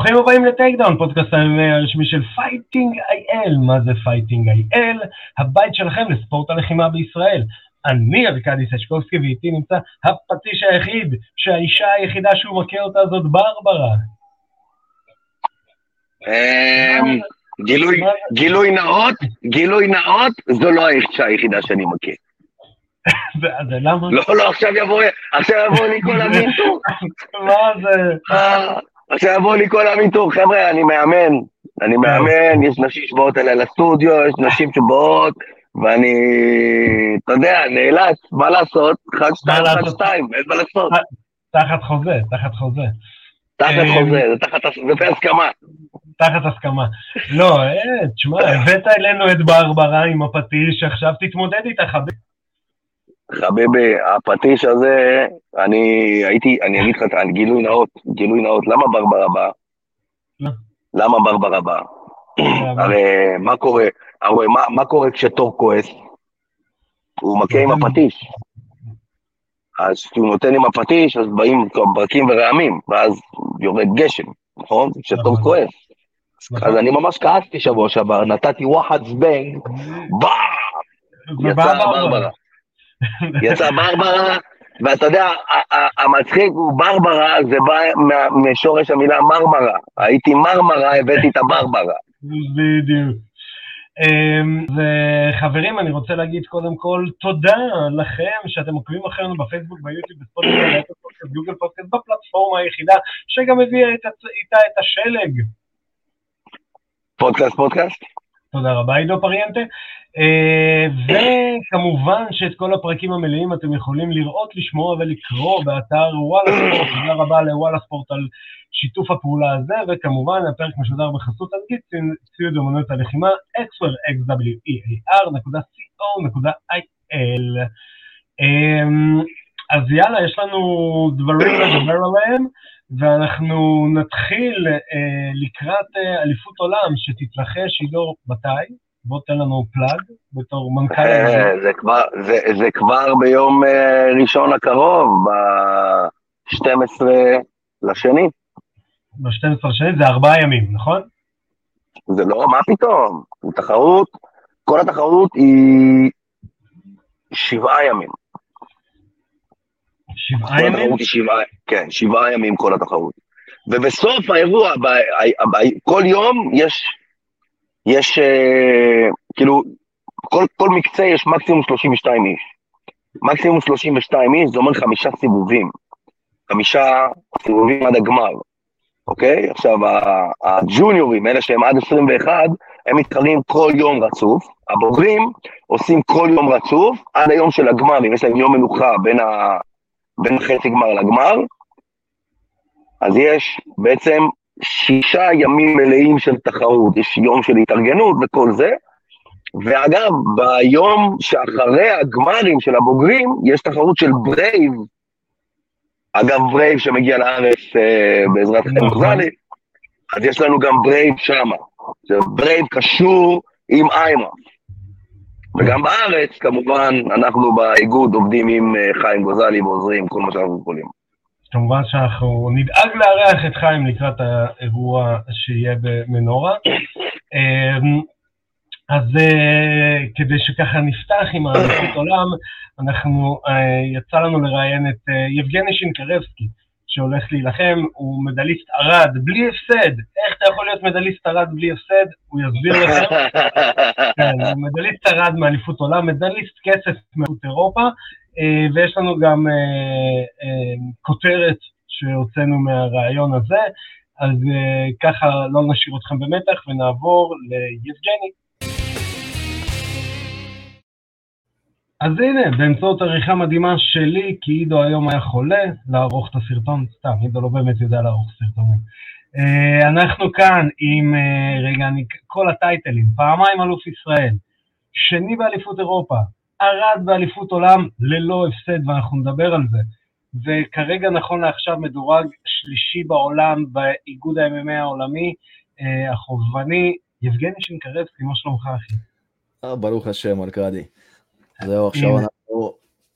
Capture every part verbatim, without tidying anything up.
ברוכים הבאים לטייקדאון, פודקאסט הרשמי של פייטינג איי אל. מה זה פייטינג איי אל? הבית שלכם לספורט הלחימה בישראל. אני ארקדי סצ'קובסקי, ואיתי נמצא הפטיש היחיד, שהאישה היחידה שהוא מכיר אותה זאת ברברה. גילוי נאות, גילוי נאות, זו לא האישה היחידה שאני מכיר. זה למה? לא, לא, עכשיו יבוא, עכשיו יבוא ניקול אמיתור. מה זה? עכשיו יבוא ניקול אמיתור, חבר'ה, אני מאמן, אני מאמן, יש נשים שבאות אליי לסטודיו, יש נשים שבאות, ואני, אתה יודע, נאלץ, מה לעשות? חד שתיים, חד שתיים, אין מה לעשות. תחת חוזה, תחת חוזה. תחת חוזה, זה תחת, זה הסכמה. תחת הסכמה. לא, תשמע, הבאת אלינו את ברברה עם הפטיש, עכשיו תתמודד איתה, חביב. חביבי, הפטיש הזה, אני הייתי, אני אגיד לך, על גילוי נאות, גילוי נאות, למה ברברה בא? למה ברברה בא? הרי מה קורה, הרי מה, מה קורה כשתור כועס? הוא מכה עם הפטיש. אז כשהוא נותן עם הפטיש, אז באים ברקים ורעמים, ואז יורד גשם, נכון? כשתור כועס. אז אני ממש כעסתי שבוע שעבר, נתתי וואחד זבנג, באה! יצא ברברה. יצא ברברה, ואתה יודע, המצחיק הוא ברברה, זה בא משורש המילה מרמרה. הייתי מרמרה, הבאתי את הברברה. בדיוק. וחברים, אני רוצה להגיד קודם כל תודה לכם שאתם עוקבים אחרינו בפייסבוק, ביוטיוב, בספוטיפיי, בגוגל פודקאסט, בפלטפורמה היחידה שגם הביאה איתה את השלג. פודקאסט, פודקאסט. תודה רבה, עידו פריאנטה. וכמובן שאת כל הפרקים המלאים אתם יכולים לראות, לשמוע ולקרוא באתר וואלה ספורט. תודה רבה לוואלה ספורט על שיתוף הפעולה הזה, וכמובן הפרק משודר בחסות אנגלית, ציוד אמנויות הלחימה, אקסוור אקס דאבליו אי איי אר נקודה סי או נקודה איי אל. אז יאללה, יש לנו דברים לדבר עליהם, ואנחנו נתחיל אה, לקראת אה, אליפות עולם שתתרחש עידו מתי? בוא תן לנו פלאג בתור מנכ"ל. אה, זה כבר, זה, זה כבר ביום אה, ראשון הקרוב, ב-שתים עשרה לשני. ב-שתים עשרה לשני זה ארבעה ימים, נכון? זה לא, מה פתאום? תחרות, כל התחרות היא שבעה ימים. שבעה ימים? שבעה, כן, שבעה ימים כל התחרות. ובסוף האירוע, ב, ב, ב, כל יום יש, יש, uh, כאילו, כל, כל מקצה יש מקסימום שלושים ושתיים איש. מקסימום שלושים ושתיים איש, זה אומר חמישה סיבובים. חמישה סיבובים עד הגמר. אוקיי? עכשיו, הג'וניורים, אלה שהם עד עשרים ואחת, הם מתחרים כל יום רצוף. הבוגרים עושים כל יום רצוף, עד היום של הגמרים. יש להם יום מנוחה בין ה... בין חצי גמר לגמר, אז יש בעצם שישה ימים מלאים של תחרות, יש יום של התארגנות וכל זה, ואגב, ביום שאחרי הגמרים של הבוגרים, יש תחרות של ברייב, אגב ברייב שמגיע לארץ אה, בעזרת חיים גוזלי, אז יש לנו גם ברייב שמה, ברייב קשור עם איימה, וגם בארץ, כמובן, אנחנו באיגוד עובדים עם חיים גוזלי ועוזרים כל מה שאנחנו יכולים. כמובן שאנחנו נדאג לארח את חיים לקראת האירוע שיהיה במנורה. אז כדי שככה נפתח עם האליפות עולם, אנחנו, יצא לנו לראיין את יבגני שינקרבסקי, שהולך להילחם, הוא מדליסט ערד בלי הפסד. איך אתה יכול להיות מדליסט ערד בלי הפסד? הוא יסביר לך. כן, הוא מדליסט ערד מאליפות עולם, מדליסט כסף מאליפות אירופה, ויש לנו גם כותרת שהוצאנו מהרעיון הזה, אז ככה לא נשאיר אתכם במתח ונעבור ליבגני. אז הנה, באמצעות עריכה מדהימה שלי, כי עידו היום היה חולה לערוך את הסרטון, סתם, עידו לא באמת יודע לערוך סרטונים. אנחנו כאן עם, רגע, אני, כל הטייטלים, פעמיים אלוף ישראל, שני באליפות אירופה, ערד באליפות עולם ללא הפסד, ואנחנו נדבר על זה. וכרגע נכון לעכשיו מדורג שלישי בעולם באיגוד ה-אם אם איי העולמי, החובבני, יבגני שינקרבסקי, מה שלומך אחי? ברוך השם, ארקדי. זהו, עכשיו אנחנו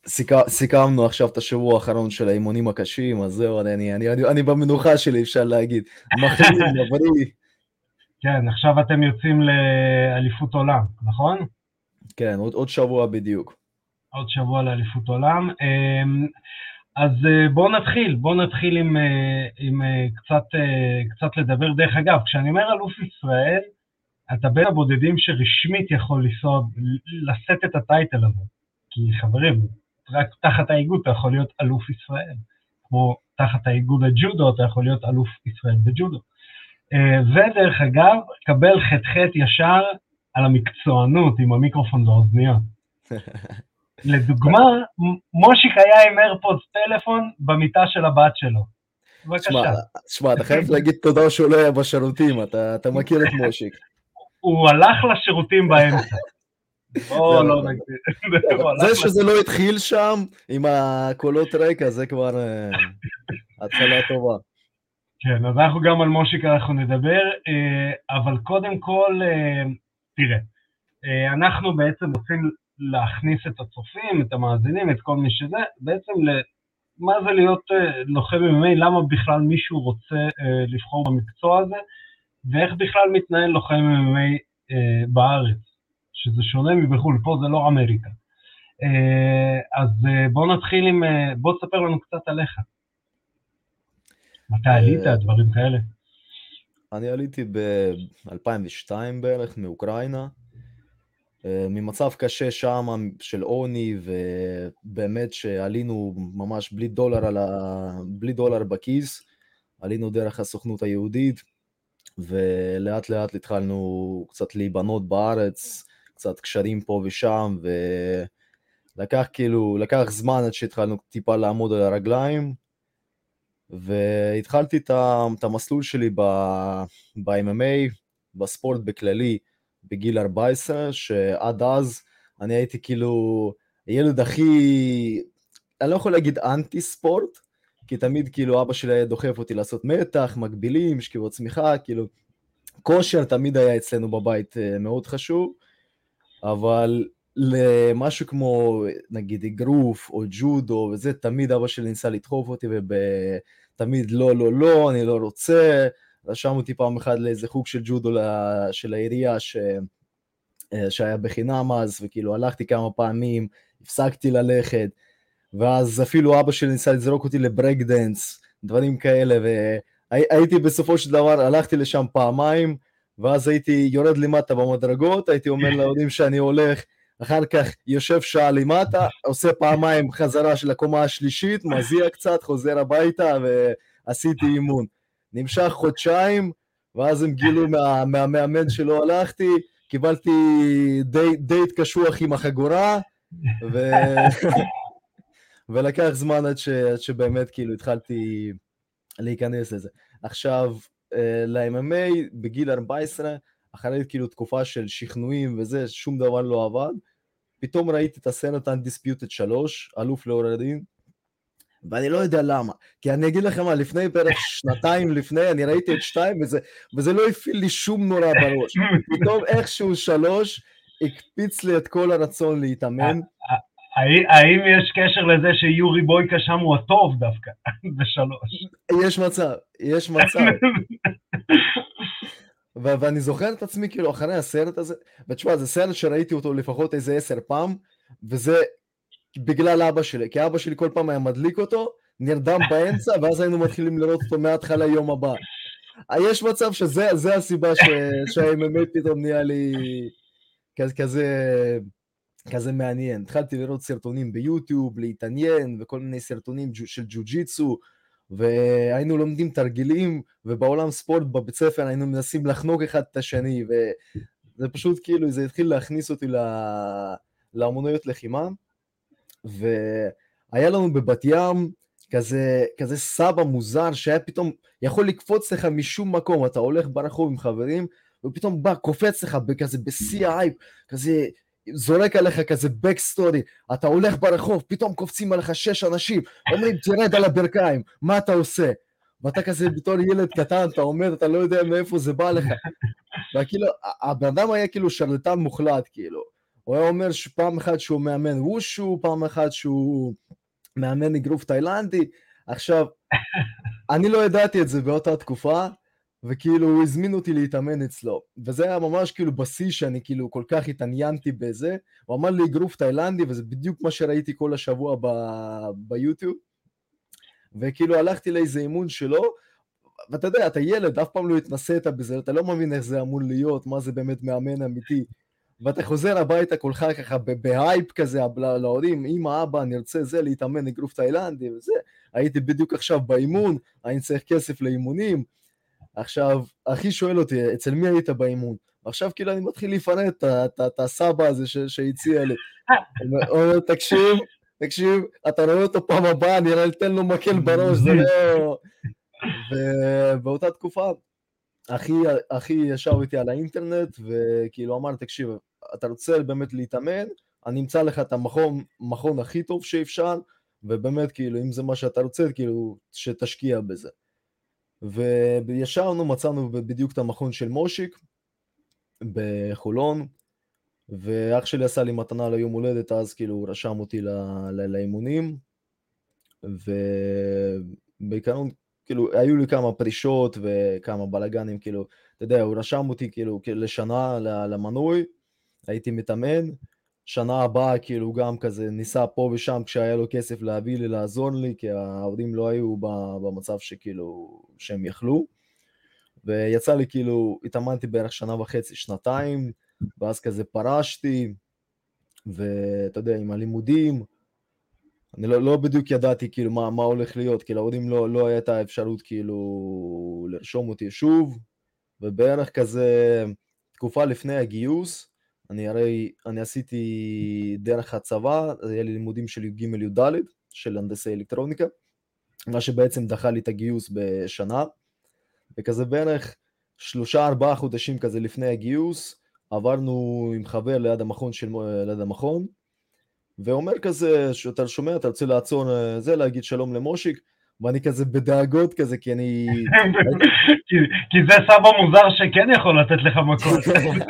סיכמנו עכשיו את השבוע האחרון של האימונים הקשים, אז זהו, אני, אני, אני, אני במנוחה שלי, אפשר להגיד. מחלים, מבריא. כן, עכשיו אתם יוצאים לאליפות עולם, נכון? כן, עוד, עוד שבוע בדיוק. עוד שבוע לאליפות עולם. אז בואו נתחיל, בואו נתחיל עם, עם קצת, קצת לדבר. דרך אגב, כשאני אומר אלוף ישראל, אתה בין הבודדים שרשמית יכול לסוד, לשאת את הטייטל הזה. כי חברים, רק תחת האיגוד אתה יכול להיות אלוף ישראל. כמו תחת האיגוד הג'ודו אתה יכול להיות אלוף ישראל בג'ודו. ודרך אגב, קבל חתכת ישר על המקצוענות עם המיקרופון באוזניות. לדוגמה, מושיק היה עם איירפודס טלפון במיטה של הבת שלו. בבקשה. שמע, אתה חייב להגיד תודה שהוא לא היה בשירותים, אתה, אתה מכיר את מושיק. הוא הלך לשירותים באמצע. בואו לא נגדיר. זה שזה לא התחיל שם עם הקולות רקע, זה כבר התחלה טובה. כן, אז אנחנו גם על מושיק אנחנו נדבר, אבל קודם כל, תראה, אנחנו בעצם רוצים להכניס את הצופים, את המאזינים, את כל מי שזה, בעצם מה זה להיות לוחם אם אם איי, למה בכלל מישהו רוצה לבחור במקצוע הזה, ואיך בכלל מתנהל לוחם אם אם איי בארץ, שזה שונה מבחול, פה זה לא אמריקה. אז בוא נתחיל עם, בוא תספר לנו קצת עליך. מתי עלית, דברים כאלה? אני עליתי ב-אלפיים ושתיים בערך מאוקראינה, ממצב קשה שם של עוני, ובאמת שעלינו ממש בלי דולר, על ה... בלי דולר בכיס, עלינו דרך הסוכנות היהודית, ולאט לאט התחלנו קצת להיבנות בארץ, קצת קשרים פה ושם, ולקח כאילו, לקח זמן עד שהתחלנו טיפה לעמוד על הרגליים, והתחלתי את המסלול שלי ב-אם אם איי, בספורט בכללי, בגיל ארבע עשרה, שעד אז אני הייתי כאילו ילד הכי, אני לא יכול להגיד אנטי ספורט, כי תמיד כאילו אבא שלי היה דוחף אותי לעשות מתח, מקבילים, שכיבות צמיחה, כאילו כושר תמיד היה אצלנו בבית מאוד חשוב, אבל למשהו כמו נגיד אגרוף או ג'ודו וזה, תמיד אבא שלי ניסה לדחוף אותי, ותמיד לא, לא, לא, אני לא רוצה, רשם אותי פעם אחת לאיזה חוג של ג'ודו של העירייה ש... שהיה בחינם אז, וכאילו הלכתי כמה פעמים, הפסקתי ללכת, ואז אפילו אבא שלי ניסה לזרוק אותי לברק דנס, דברים כאלה, והייתי בסופו של דבר, הלכתי לשם פעמיים, ואז הייתי יורד למטה במדרגות, הייתי אומר להורים שאני הולך, אחר כך יושב שעה למטה, עושה פעמיים חזרה של הקומה השלישית, מזיע קצת, חוזר הביתה, ועשיתי אימון. נמשך חודשיים, ואז הם גילו מה, מהמאמן שלא הלכתי, קיבלתי די, דייט קשוח עם החגורה, ו... ולקח זמן עד, ש... עד שבאמת כאילו התחלתי להיכנס לזה. עכשיו, ל-אם אם איי בגיל ארבע עשרה, אחרי כאילו תקופה של שכנועים וזה, שום דבר לא עבד, פתאום ראיתי את הסרט Undisputed שלוש, אלוף לאור הדין, ואני לא יודע למה, כי אני אגיד לכם מה, לפני בערך שנתיים לפני, אני ראיתי את שתיים, וזה, וזה לא הפעיל לי שום נורא בראש. פתאום איכשהו שלוש, הקפיץ לי את כל הרצון להתאמן. האם יש קשר לזה שיורי בויקה שם הוא הטוב דווקא, בשלוש? יש מצב, יש מצב. ו- ואני זוכר את עצמי כאילו אחרי הסרט הזה, ותשמע, זה סרט שראיתי אותו לפחות איזה עשר פעם, וזה בגלל אבא שלי, כי אבא שלי כל פעם היה מדליק אותו, נרדם באמצע, ואז היינו מתחילים לראות אותו מההתחלה יום הבא. יש מצב שזה זה הסיבה ש- שה-אם אם איי פתאום נהיה לי כזה, כזה מעניין. התחלתי לראות סרטונים ביוטיוב, להתעניין, וכל מיני סרטונים של ג'ו-ג'יצו, והיינו לומדים תרגילים, ובעולם ספורט בבית ספר היינו מנסים לחנוק אחד את השני, וזה פשוט כאילו, זה התחיל להכניס אותי לאמנויות לחימה, והיה לנו בבת ים כזה, כזה סבא מוזר, שהיה פתאום יכול לקפוץ לך משום מקום, אתה הולך ברחוב עם חברים, ופתאום בא, קופץ לך כזה בשיא האייפ, כזה זורק עליך כזה בקסטורי, אתה הולך ברחוב, פתאום קופצים עליך שש אנשים, אומרים תרד על הברכיים, מה אתה עושה? ואתה כזה בתור ילד קטן, אתה עומד, אתה לא יודע מאיפה זה בא לך, וכאילו, הבן אדם היה כאילו שרלטן מוחלט, כאילו, הוא היה אומר שפעם אחת שהוא מאמן וושו, פעם אחת שהוא מאמן אגרוף תאילנדי. עכשיו, אני לא ידעתי את זה באותה תקופה, וכאילו הוא הזמין אותי להתאמן אצלו, וזה היה ממש כאילו בשיא שאני כאילו כל כך התעניינתי בזה. הוא אמר לי אגרוף תאילנדי, וזה בדיוק מה שראיתי כל השבוע ב- ביוטיוב, וכאילו הלכתי לאיזה אימון שלו, ואתה יודע, אתה ילד, אף פעם לא התנסית בזה, אתה לא מבין איך זה אמור להיות, מה זה באמת מאמן אמיתי, ואתה חוזר הביתה כולך ככה בהייפ כזה, להורים, אמא, אבא, אני רוצה זה, להתאמן אגרוף תאילנדי וזה. הייתי בדיוק עכשיו באימון, אני צריך כסף לאימונים. עכשיו, אחי שואל אותי, אצל מי היית באימון? עכשיו כאילו אני מתחיל לפרט את הסבא הזה שהציע לי. הוא אומר, תקשיב, תקשיב, אתה רואה אותו פעם הבאה, אני אתן לו מקל בראש, זה לא... ובאותה תקופה, אחי, אחי ישב איתי על האינטרנט, וכאילו אמר, תקשיב, אתה רוצה באמת להתאמן, אני אמצא לך את המכון, מכון הכי טוב שאפשר, ובאמת כאילו, אם זה מה שאתה רוצה, כאילו, שתשקיע בזה. וישבנו, מצאנו בדיוק את המכון של מושיק, בחולון, ואח שלי עשה לי מתנה ליום הולדת, אז כאילו הוא רשם אותי לאימונים, ובעיקרון, כאילו, היו לי כמה פרישות וכמה בלגנים, כאילו, אתה יודע, הוא רשם אותי כאילו לשנה למנוי, הייתי מתאמן, שנה הבאה כאילו גם כזה ניסה פה ושם כשהיה לו כסף להביא לי, לעזור לי, כי העובדים לא היו במצב שכאילו, שהם יכלו, ויצא לי כאילו, התאמנתי בערך שנה וחצי, שנתיים, ואז כזה פרשתי, ואתה יודע, עם הלימודים, אני לא, לא בדיוק ידעתי כאילו מה, מה הולך להיות, כי לעובדים לא, לא הייתה אפשרות כאילו לרשום אותי שוב, ובערך כזה תקופה לפני הגיוס, אני הרי, אני עשיתי דרך הצבא, היה לי לימודים של י"ג י"ד, של הנדסי אלקטרוניקה, מה שבעצם דחה לי את הגיוס בשנה, וכזה בערך שלושה ארבעה חודשים כזה לפני הגיוס, עברנו עם חבר ליד המכון של, ליד המכון, ואומר כזה, שאתה שומע, אתה רוצה לעצור זה, להגיד שלום למושיק, ואני כזה בדאגות כזה, כי אני... כי, כי זה סבא מוזר שכן יכול לתת לך מכות.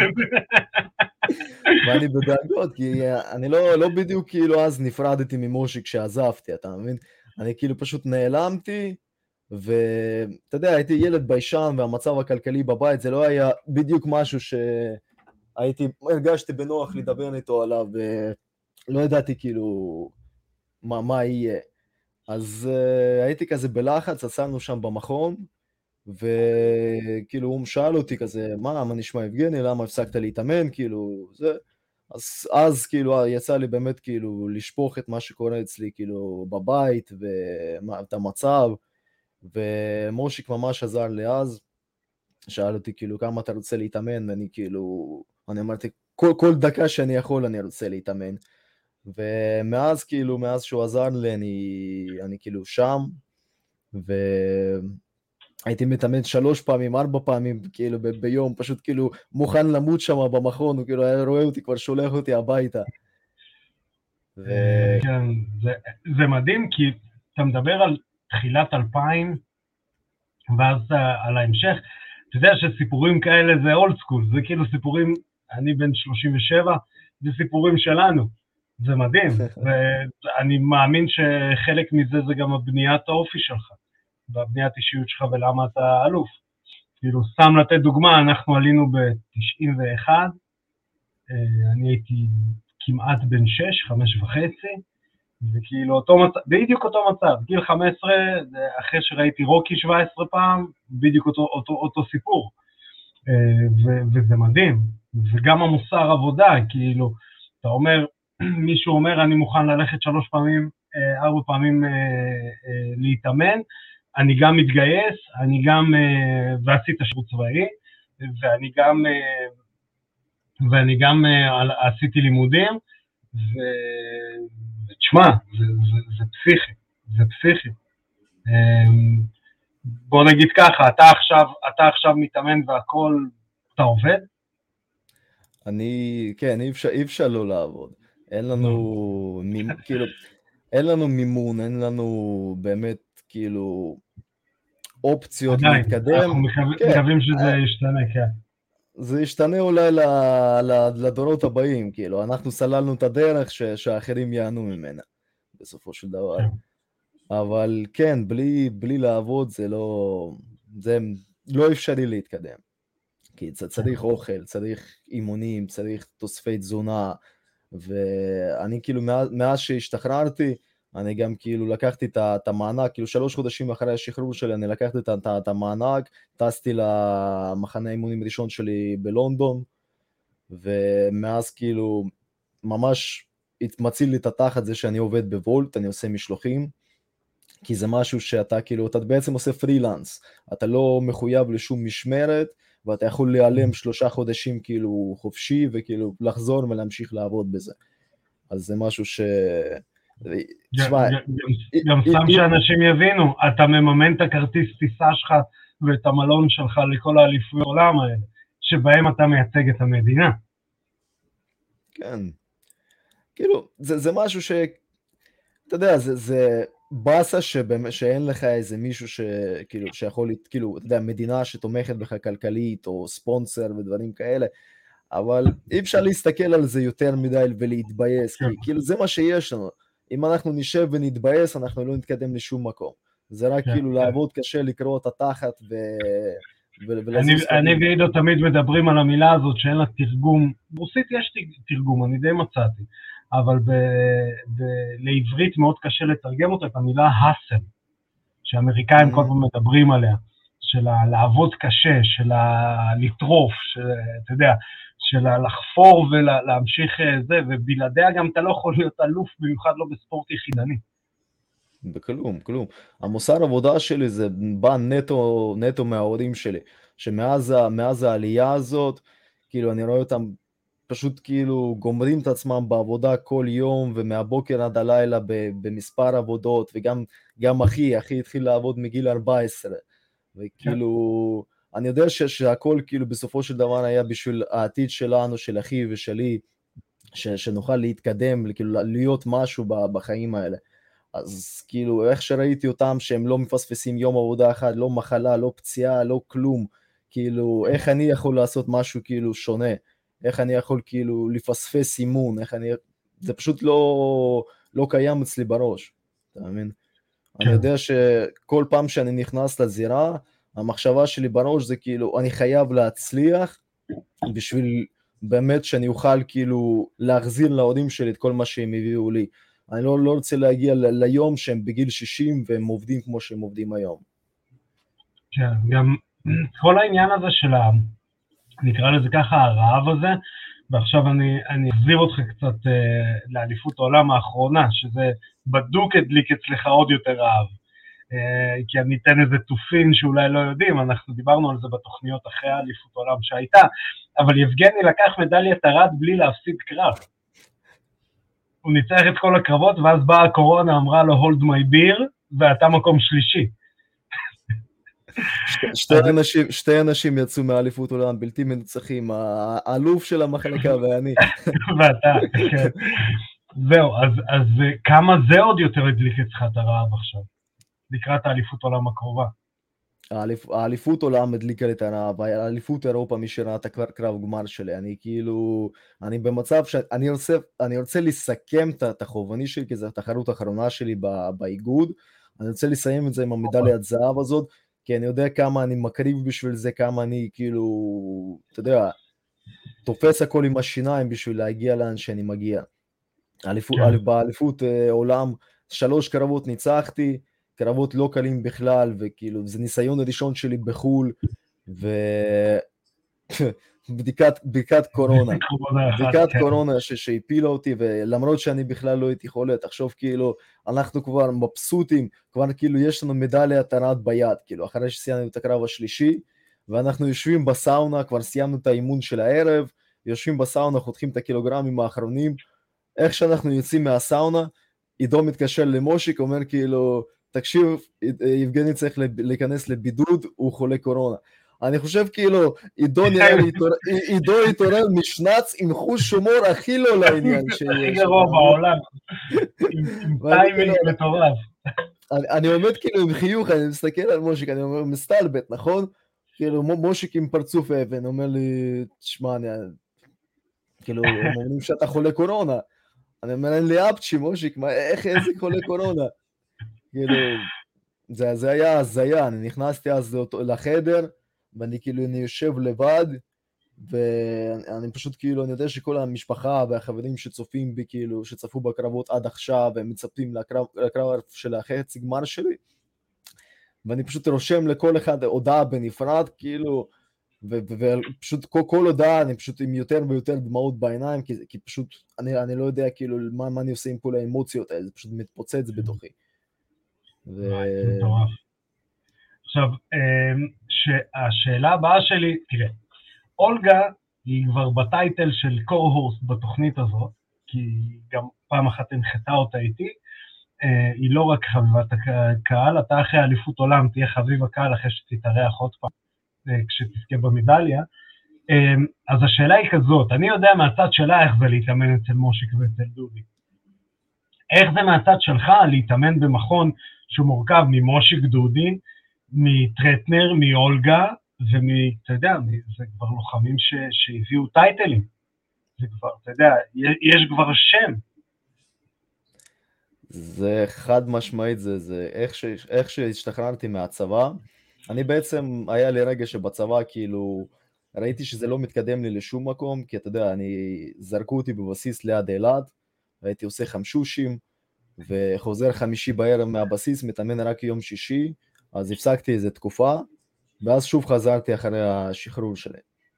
ואני בדאגות, כי אני לא, לא בדיוק כאילו אז נפרדתי ממושיק שעזבתי, אתה מבין? אני כאילו פשוט נעלמתי, ואתה יודע, הייתי ילד ביישן, והמצב הכלכלי בבית, זה לא היה בדיוק משהו שהייתי, הרגשתי בנוח לדבר איתו עליו, לא ידעתי כאילו מה, מה יהיה. אז uh, הייתי כזה בלחץ, עצרנו שם במכון, וכאילו הוא שאל אותי כזה, מה, מה נשמע יבגני, למה הפסקת להתאמן, כאילו, זה. אז, אז כאילו יצא לי באמת כאילו לשפוך את מה שקורה אצלי כאילו בבית, ואת המצב, ומושיק ממש עזר לי אז, שאל אותי כאילו כמה אתה רוצה להתאמן, אני כאילו, אני אמרתי, כל, כל דקה שאני יכול אני רוצה להתאמן. ומאז כאילו, מאז שהוא עזר לי, אני, אני כאילו שם, והייתי מתאמן שלוש פעמים, ארבע פעמים, כאילו ב- ביום, פשוט כאילו מוכן למות שם במכון, הוא כאילו היה רואה אותי, כבר שולח אותי הביתה. ו... כן, זה, זה מדהים, כי אתה מדבר על תחילת אלפיים, ואז על ההמשך, אתה יודע שסיפורים כאלה זה אולד סקול, זה כאילו סיפורים, אני בן שלושים ושבע, זה סיפורים שלנו. זה מדהים, ואני מאמין שחלק מזה זה גם הבניית האופי שלך, והבניית אישיות שלך ולמה אתה אלוף. כאילו, סתם לתת דוגמה, אנחנו עלינו ב-תשעים ואחת, אני הייתי כמעט בן שש, חמש וחצי, וכאילו אותו מצב, בדיוק אותו מצב, גיל חמש עשרה, אחרי שראיתי רוקי שבע עשרה פעם, בדיוק אותו, אותו, אותו סיפור, ו- וזה מדהים, וגם המוסר עבודה, כאילו, אתה אומר, מישהו אומר, אני מוכן ללכת שלוש פעמים, ארבע פעמים להתאמן, אני גם מתגייס, אני גם, ועשית שירות צבאי, ואני גם, ואני גם עשיתי לימודים, ותשמע, זה, זה, זה פסיכי, זה פסיכי. בוא נגיד ככה, אתה עכשיו, אתה עכשיו מתאמן והכל, אתה עובד? אני, כן, אי אפשר, אי אפשר לא לעבוד. אין לנו, מימ, כאילו, אין לנו מימון, אין לנו באמת, כאילו, אופציות עדיין, להתקדם. אנחנו מקווים, כן, מקווים שזה ישתנה, כן. זה ישתנה אולי ל, ל, לדורות הבאים, כאילו, אנחנו סללנו את הדרך ש, שהאחרים יענו ממנה, בסופו של דבר. אבל כן, בלי, בלי לעבוד זה לא, זה לא אפשרי להתקדם. כי צריך אוכל, צריך אימונים, צריך תוספי תזונה, ואני כאילו מאז, מאז שהשתחררתי, אני גם כאילו לקחתי את המענק, כאילו שלוש חודשים אחרי השחרור שלי, אני לקחתי את המענק, טסתי למחנה האימונים הראשון שלי בלונדון, ומאז כאילו ממש מציל לי את התחת זה שאני עובד בוולט, אני עושה משלוחים, כי זה משהו שאתה כאילו, אתה בעצם עושה פרילנס, אתה לא מחויב לשום משמרת, ואתה יכול להיעלם שלושה חודשים כאילו חופשי, וכאילו לחזור ולהמשיך לעבוד בזה. אז זה משהו ש... גם סתם שאנשים יבינו, אתה מממן את הכרטיס טיסה שלך ואת המלון שלך לכל האליפויות העולם האלה, שבהם אתה מייצג את המדינה. כן. כאילו, זה, זה משהו ש... אתה יודע, זה, זה בסה שבאמת, שאין לך איזה מישהו ש... כאילו, שיכול, כאילו, אתה יודע, מדינה שתומכת בך כלכלית, או ספונסר ודברים כאלה, אבל אי אפשר להסתכל על זה יותר מדי ולהתבייס, כי כאילו זה מה שיש לנו. אם אנחנו נשב ונתבייס, אנחנו לא נתקדם לשום מקום. זה רק כאילו לעבוד קשה, לקרוא את התחת ו... אני ועידו תמיד מדברים על המילה הזאת שאין לה תרגום, ברוסית יש תרגום, אני די מצאתי, אבל לעברית מאוד קשה לתרגם אותה, את המילה הסל, שאמריקאים כל פעם מדברים עליה, של לעבוד קשה, של לטרוף, אתה יודע, של לחפור ולהמשיך זה, ובלעדיה גם אתה לא יכול להיות אלוף, במיוחד לא בספורט יחידני. בכלום, כלום. המוסר עבודה שלי זה בא נטו, נטו מההורים שלי, שמאז מאז העלייה הזאת, כאילו אני רואה אותם פשוט כאילו גומרים את עצמם בעבודה כל יום, ומהבוקר עד הלילה במספר עבודות, וגם גם אחי, אחי התחיל לעבוד מגיל ארבע עשרה, וכאילו... אני יודע ש- שהכל כאילו בסופו של דבר היה בשביל העתיד שלנו, של אחי ושלי, ש- שנוכל להתקדם, כאילו להיות משהו בחיים האלה. אז כאילו איך שראיתי אותם שהם לא מפספסים יום עבודה אחד, לא מחלה, לא פציעה, לא כלום, כאילו איך אני יכול לעשות משהו כאילו שונה, איך אני יכול כאילו לפספס אימון, איך אני, זה פשוט לא, לא קיים אצלי בראש, אתה מבין? אני יודע שכל פעם שאני נכנס לזירה, המחשבה שלי בראש זה כאילו, אני חייב להצליח, בשביל באמת שאני אוכל כאילו להחזיר להורים שלי את כל מה שהם הביאו לי. אני לא, לא רוצה להגיע ל- ליום שהם בגיל שישים והם עובדים כמו שהם עובדים היום. כן, גם כל העניין הזה של ה... נקרא לזה ככה, הרעב הזה, ועכשיו אני, אני אחזיר אותך קצת אה, לאליפות העולם האחרונה, שזה בדוק הדליק אצלך עוד יותר רעב. כי אני אתן איזה תופין שאולי לא יודעים, אנחנו דיברנו על זה בתוכניות אחרי האליפות העולם שהייתה, אבל יבגני לקח מדליית ארד בלי להפסיד קרב. הוא ניצח את כל הקרבות, ואז באה הקורונה, אמרה לו hold my beer, ואתה מקום שלישי. שתי אנשים, שתי אנשים יצאו מהאליפות עולם בלתי מנצחים, האלוף של המחלקה ואני. ואתה, כן. זהו, אז, אז כמה זה עוד יותר הדליק אצלך את הרעב עכשיו? לקראת האליפות עולם הקרובה. האליפות עולם הדליקה לי את הרעב, האליפות אירופה מי שראה את הקרב גמר שלי, אני כאילו, אני במצב שאני רוצה, אני רוצה לסכם את החובני שלי, כי זו התחרות האחרונה שלי באיגוד, אני רוצה לסיים את זה עם המדליית זהב הזאת, כי אני יודע כמה אני מקריב בשביל זה, כמה אני כאילו, אתה יודע, תופס הכל עם השיניים בשביל להגיע לאן שאני מגיע. באליפות עולם, שלוש קרבות ניצחתי, קרבות לא קלים בכלל, וכאילו, זה ניסיון הראשון שלי בחול, ובדיקת בדיקת קורונה, בדיקת קורונה שהפילה אותי, ולמרות שאני בכלל לא הייתי חולה, תחשוב כאילו, אנחנו כבר מבסוטים, כבר כאילו יש לנו מדליית ארד ביד, כאילו, אחרי שסיימנו את הקרב השלישי, ואנחנו יושבים בסאונה, כבר סיימנו את האימון של הערב, יושבים בסאונה, חותכים את הקילוגרמים האחרונים, איך שאנחנו יוצאים מהסאונה, עידו מתקשר למושיק, אומר כאילו, תקשיב, יבגני צריך להיכנס לבידוד, הוא חולה קורונה. אני חושב כאילו, עידו נראה לי, עידו התעורר משנץ עם חוש שומור הכי לא לעניין שיש. הכי גרוע בעולם, עם טיימינג מטורף. אני עומד כאילו עם חיוך, אני מסתכל על מושיק, אני אומר, מסתלבט, נכון? כאילו, מושיק עם פרצוף אבן, אומר לי, תשמע, אני... כאילו, הם אומרים שאתה חולה קורונה. אני אומר, אין לי אפצ'י, מושיק, מה, איך, איזה חולה קורונה? כאילו, זה, זה היה הזיה, אני נכנסתי אז לאותו, לחדר, ואני כאילו, אני יושב לבד, ואני פשוט כאילו, אני יודע שכל המשפחה והחברים שצופים בי, כאילו, שצפו בקרבות עד עכשיו, הם מצפים לקרב, לקרב של החצי גמר שלי, ואני פשוט רושם לכל אחד הודעה בנפרד, כאילו, ופשוט כל, כל הודעה, אני פשוט עם יותר ויותר דמעות בעיניים, כי, כי פשוט, אני, אני לא יודע כאילו מה, מה אני עושה עם כל האמוציות האלה, זה פשוט מתפוצץ בתוכי. ו... זה מטורף. עכשיו, השאלה הבאה שלי, תראה, אולגה היא כבר בטייטל של קו-הוסט בתוכנית הזאת, כי היא גם פעם אחת הנחתה אותה איתי, היא לא רק חביבת הקהל, אתה אחרי אליפות עולם תהיה חביב הקהל אחרי שתתארח עוד פעם, כשתזכה במדליה. אז השאלה היא כזאת, אני יודע מהצד שלה איך זה להתאמן אצל מושיק ואצל דודי. איך זה מהצד שלך להתאמן במכון שהוא מורכב ממושיק דודי, מטרטנר, מאולגה, ואתה יודע, זה כבר לוחמים ש, שהביאו טייטלים. זה כבר, אתה יודע, יש כבר שם. זה חד משמעית, זה, זה איך, ש, איך שהשתחררתי מהצבא, אני בעצם, היה לי רגע שבצבא, כאילו, ראיתי שזה לא מתקדם לי לשום מקום, כי אתה יודע, אני, זרקו אותי בבסיס ליד אילת, הייתי עושה חמשושים, וחוזר חמישי בערב מהבסיס, מתאמן רק יום שישי, אז הפסקתי איזו תקופה, ואז שוב חזרתי אחרי השחרור שלי.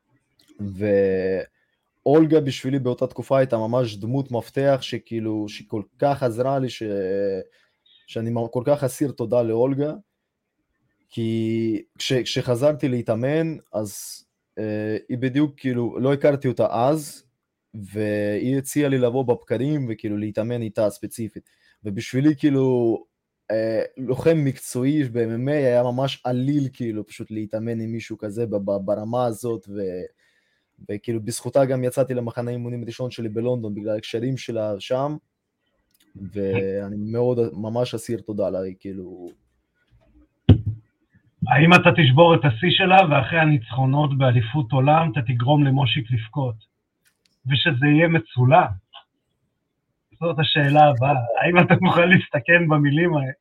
ואולגה בשבילי באותה תקופה הייתה ממש דמות מפתח, שכאילו, שכל כך עזרה לי, ש... שאני כל כך אסיר תודה לאולגה, כי כש, כשחזרתי להתאמן, אז אה, היא בדיוק, כאילו, לא הכרתי אותה אז, והיא הציעה לי לבוא בבקרים, וכאילו להתאמן איתה ספציפית. ובשבילי, כאילו, אה, לוחם מקצועי ב-אם אם איי היה ממש עליל, כאילו, פשוט להתאמן עם מישהו כזה ברמה הזאת, ו... וכאילו, בזכותה גם יצאתי למחנה אימונים ראשון שלי בלונדון, בגלל הקשרים שלה שם, ואני מאוד, ממש אסיר תודה לה, כאילו... האם אתה תשבור את השיא שלה, ואחרי הניצחונות באליפות עולם, אתה תגרום למושיק לבכות, ושזה יהיה מצולם? זאת השאלה הבאה. האם אתה מוכן להסתכן במילים האלה?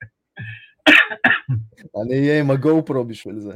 אני אהיה עם הגו-פרו בשביל זה.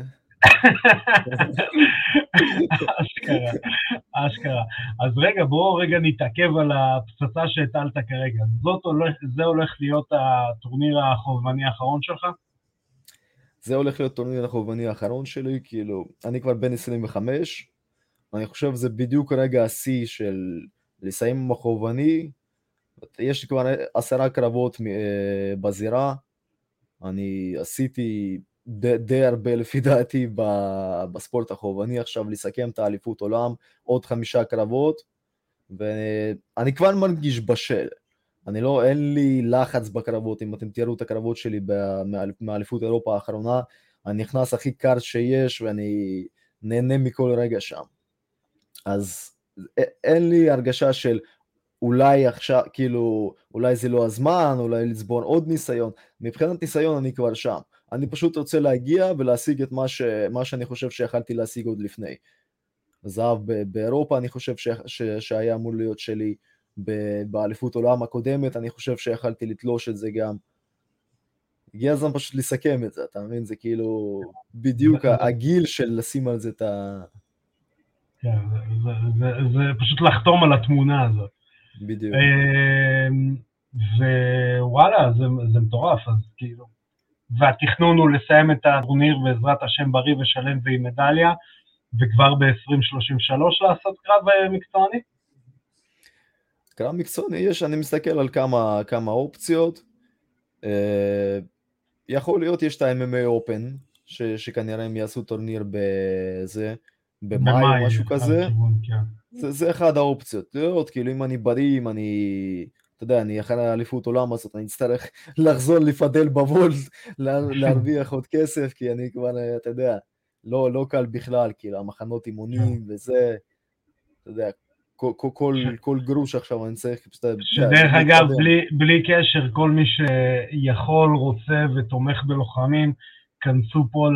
אשכרה, אשכרה. אז רגע, בואו רגע נתעכב על הפצצה שהטלת כרגע. זאת הולך, זה הולך להיות הטורניר החובבני האחרון שלך? זה הולך להיות טורניר החובבני האחרון שלי, כאילו, אני כבר בן עשרים וחמש, אני חושב זה בדיוק רגע השיא של לסיים עם החובבני, יש לי כבר עשרה קרבות בזירה, אני עשיתי די, די הרבה לפי דעתי בספורט החובבני, עכשיו לסכם את האליפות עולם, עוד חמישה קרבות, ואני כבר מרגיש בשל, אני לא, אין לי לחץ בקרבות, אם אתם תראו את הקרבות שלי מאליפות אירופה האחרונה, אני נכנס הכי קר שיש, ואני נהנה מכל רגע שם. אז אין לי הרגשה של אולי עכשיו, כאילו, אולי זה לא הזמן, אולי לצבור עוד ניסיון, מבחינת ניסיון אני כבר שם. אני פשוט רוצה להגיע ולהשיג את מה, ש, מה שאני חושב שיכלתי להשיג עוד לפני. זהב באירופה אני חושב ש, ש, שהיה אמור להיות שלי, באליפות עולם הקודמת, אני חושב שיכלתי לתלוש את זה גם. הגיע הזמן פשוט לסכם את זה, אתה מבין? זה כאילו בדיוק הגיל של לשים על זה את ה... כן, זה, זה, זה פשוט לחתום על התמונה הזאת. בדיוק. ווואלה, זה, זה מטורף, אז כאילו... והתכנון הוא לסיים את הטורניר בעזרת השם בריא ושלם ועם מדליה, וכבר ב-עשרים שלושים ושלוש לעשות קרב מקצועני? קרב מקצועני, יש, אני מסתכל על כמה, כמה אופציות, אה, יכול להיות יש את ה-אם אם איי Open, ש, שכנראה הם יעשו טורניר בזה, במאי או משהו כזה, זה, זה אחד האופציות, לראות, כאילו אם אני בריא, אם אני, אתה יודע, אני אחרי האליפות עולם הזאת, אני אצטרך לחזור לפדל בוולט, להרוויח עוד כסף, כי אני כבר, אתה יודע, לא, לא קל בכלל, כאילו, המחנות אימונים וזה, אתה יודע, כל, כל, כל, כל גרוש עכשיו אני צריך... שדרך אגב, בלי, בלי קשר, כל מי שיכול, רוצה ותומך בלוחמים, כנסו פה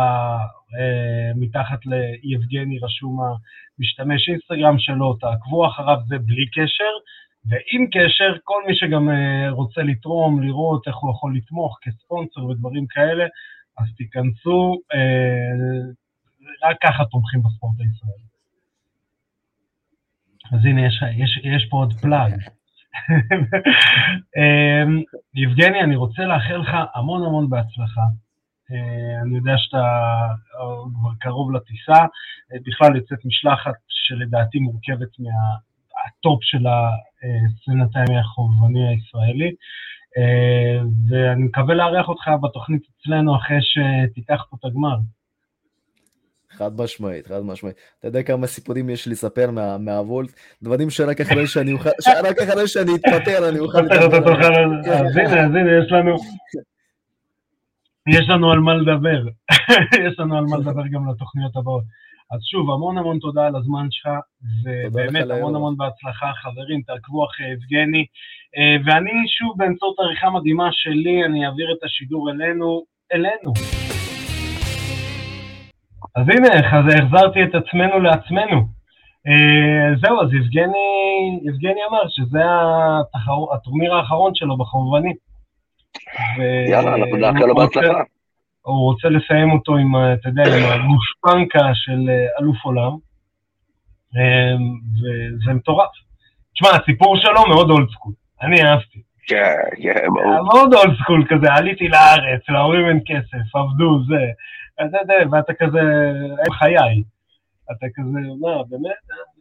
מתחת ליבגני רשום המשתמש אינסטגרם שלו, תעקבו אחריו, זה בלי קשר, ועם קשר, כל מי שגם רוצה לתרום, לראות איך הוא יכול לתמוך כספונסר ודברים כאלה, אז תיכנסו, רק ככה תומכים בספורט הישראלי. אז הנה, יש, יש, יש פה עוד פלאג. יבגני, אני רוצה לאחל לך המון המון בהצלחה. אני יודע שאתה כבר קרוב לטיסה, בכלל יוצאת משלחת שלדעתי מורכבת מהטופ של הסצנת הימי החובבני הישראלי, ואני מקווה לארח אותך בתוכנית אצלנו אחרי שתיקח פה את הגמר. חד משמעית, חד משמעית. אתה יודע כמה סיפורים יש לספר מה, מהוולט, דברים שרק אחרי שאני אוכל, שרק אחרי שאני אתפטר, אני אוכל לדבר. אז הנה, אז הנה, יש לנו, יש לנו על מה לדבר. יש לנו על מה לדבר גם לתוכניות הבאות. אז שוב, המון המון תודה על הזמן שלך, ובאמת המון המון בהצלחה, חברים, תעקבו אחרי יבגני, ואני שוב באמצעות עריכה מדהימה שלי, אני אעביר את השידור אלינו, אלינו. אז הנה, אז החזרתי את עצמנו לעצמנו. אה, זהו, אז יבגני, יבגני אמר שזה התחר, הטורניר האחרון שלו בחובבני. יאללה, אנחנו נאחל לו בהצלחה. הוא רוצה לסיים אותו עם, אתה יודע, עם הגושפנקה של אלוף עולם, אה, וזה מטורף. תשמע, הסיפור שלו מאוד אולד סקול, אני אהבתי. כן, כן, ברור. מאוד אולד סקול כזה, עליתי לארץ, להורים אין כסף, עבדו, זה... אתה יודע, ואתה כזה, אין חיי, אתה כזה, מה, באמת?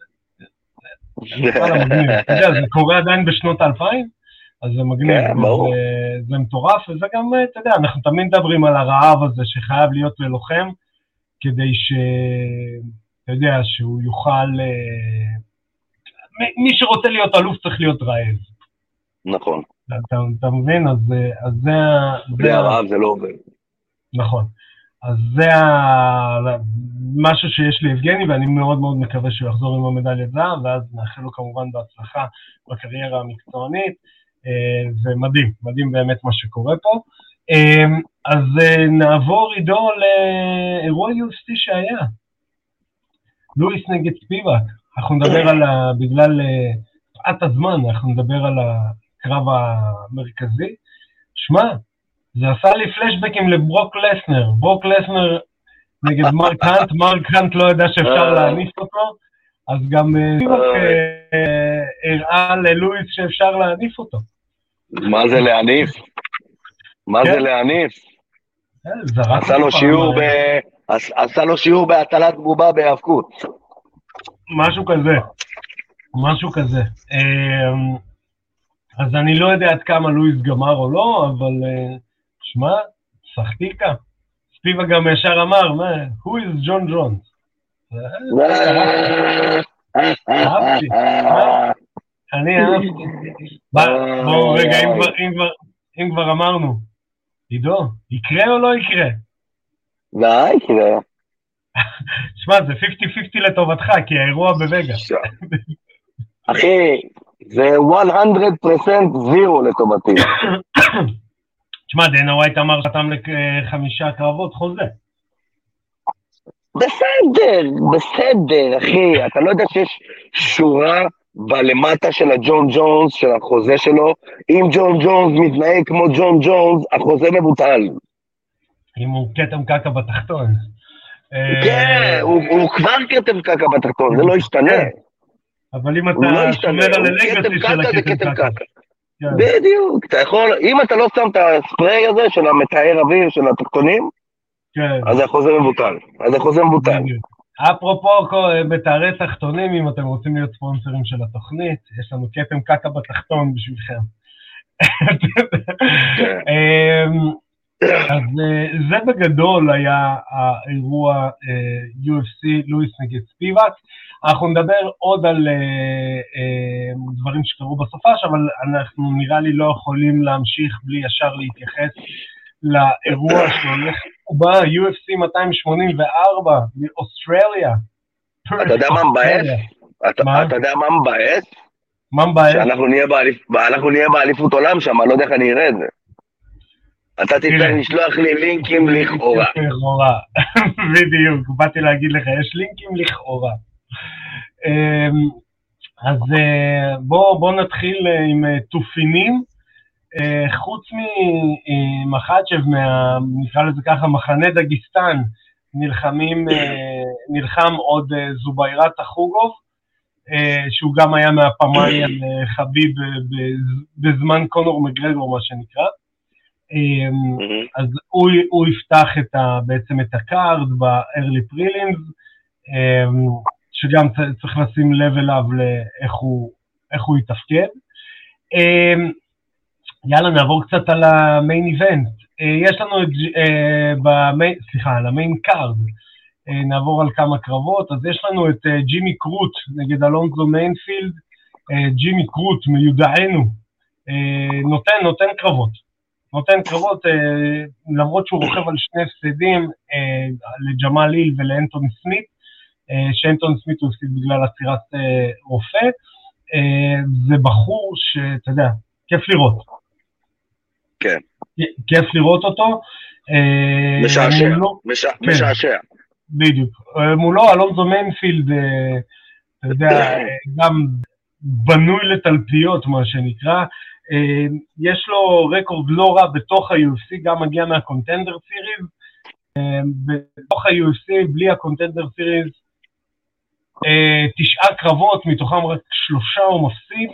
אתה יודע, זה קורה עדיין בשנות האלפיים, אז זה מגניב, זה מטורף, וזה גם, אתה יודע, אנחנו תמיד מדברים על הרעב הזה שחייב להיות ללוחם, כדי ש... אתה יודע, שהוא יוכל... מי שרוצה להיות אלוף צריך להיות רעב. נכון. אתה מבין? אז זה... בלי הרעב זה לא עובד. נכון. אז זה משהו שיש ליבגני, ואני מאוד מאוד מקווה שהוא יחזור עם המדליית זהב, ואז נאחל לו כמובן בהצלחה בקריירה המקצוענית, ומדהים, מדהים באמת מה שקורה פה. אז נעבור עידו לאירוע יו אף סי שהיה. לואיס נגד ספיבק, אנחנו נדבר על, בגלל פעת הזמן, אנחנו נדבר על הקרב המרכזי. שמע, זה עשה לי פלשבקים לברוק לסנר, ברוק לסנר נגד מרק הנט, מרק הנט לא ידע שאפשר להניף אותו, אז גם ספיבק הראה ללואיס שאפשר להניף אותו. מה זה להניף? מה זה להניף? עשה לו שיעור בהטלת בובה בהאבקות. משהו כזה, משהו כזה. אז אני לא יודע עד כמה לואיס גמר או לא, אבל שמע, שחקיקה. ספיבה גם ישר אמר, מה, who is John Jones? אהבתי, אני אהבתי. בואו רגע, אם כבר אמרנו, עידו, יקרה או לא יקרה? מה יקרה? שמע, זה חמישים חמישים לטובתך, כי האירוע בווגאס. אחי, זה מאה אחוז זירו לטובתי. תשמע, דנה ווייט אמר שאתם לחמישה קרבות חוזה. בסדר, בסדר, אחי. אתה לא יודע שיש שורה בלמטה של הג'ון ג'ונס, של החוזה שלו. אם ג'ון ג'ונס מתנהג כמו ג'ון ג'ונס, החוזה מבוטל. אם הוא כתם קקה בתחתון. כן, הוא כבר כתם קקה בתחתון, זה לא ישתנה. אבל אם אתה שומר על הלגאסי של הכתם קקה. בדיוק, אתה יכול, אם אתה לא שם את הספרי הזה של המטהר אוויר של התחתונים, אז החוזה מבוטל, אז החוזה מבוטל. אפרופו בתארי תחתונים, אם אתם רוצים להיות ספונסרים של התוכנית, יש לנו כתם קקה בתחתון בשבילכם. אז זה בגדול היה האירוע יו אף סי לואיס נגד ספיבק. אנחנו נדבר עוד על דברים שקרו בסופש, אבל אנחנו נראה לי לא יכולים להמשיך בלי ישר להתייחס לאירוע שהולך בה, יו אף סי מאתיים שמונים וארבע מאוסטרליה. אתה יודע מה מבאס? אתה יודע מה מבאס? מה מבאס? שאנחנו נהיה באליפות עולם שם, אני לא יודע איך אני אראה את זה. אתה תצטרך לשלוח לי לינקים לכאורה. לכאורה, בדיוק, באתי להגיד לך, יש לינקים לכאורה. אז בוא נתחיל עם תופינים, חוץ ממחצ'ב, נקרא לזה ככה, מחנה דגיסטן, נלחמים, נלחם עוד זוביירת החוגוב, שהוא גם היה מהפמאי על חביב בזמן קונור מגרגור, מה שנקרא. אז הוא, הוא יפתח את ה, בעצם את הקארד ב-early prelims, שגם צריך לשים לב אליו לאיך הוא, איך הוא יתפקד. יאללה, נעבור קצת על המיין איבנט. יש לנו את, במיין, סליחה, על המיין קארד, נעבור על כמה קרבות. אז יש לנו את ג'ימי קרוט נגד אלונזו מיינפילד. ג'ימי קרוט מיודענו, נותן, נותן קרבות. נותן קרבות, למרות שהוא רוכב על שני הפסדים, לג'מאל היל ולאנטון סמית, שאנטון סמית הוא הפסיד בגלל עצירת רופא. זה בחור שאתה יודע, כיף לראות. כן. כיף לראות אותו. משעשע, משעשע. בדיוק. מולו אלונזו מיינפילד, אתה יודע, גם בנוי לתלפיות, מה שנקרא. יש לו רקורד לא רע בתוך ה-יו אף סי, גם מגיע מהקונטנדר סיריז. בתוך ה-יו אף סי, בלי הקונטנדר סיריז, תשעה קרבות, מתוכם רק שלושה הוא מפסיד.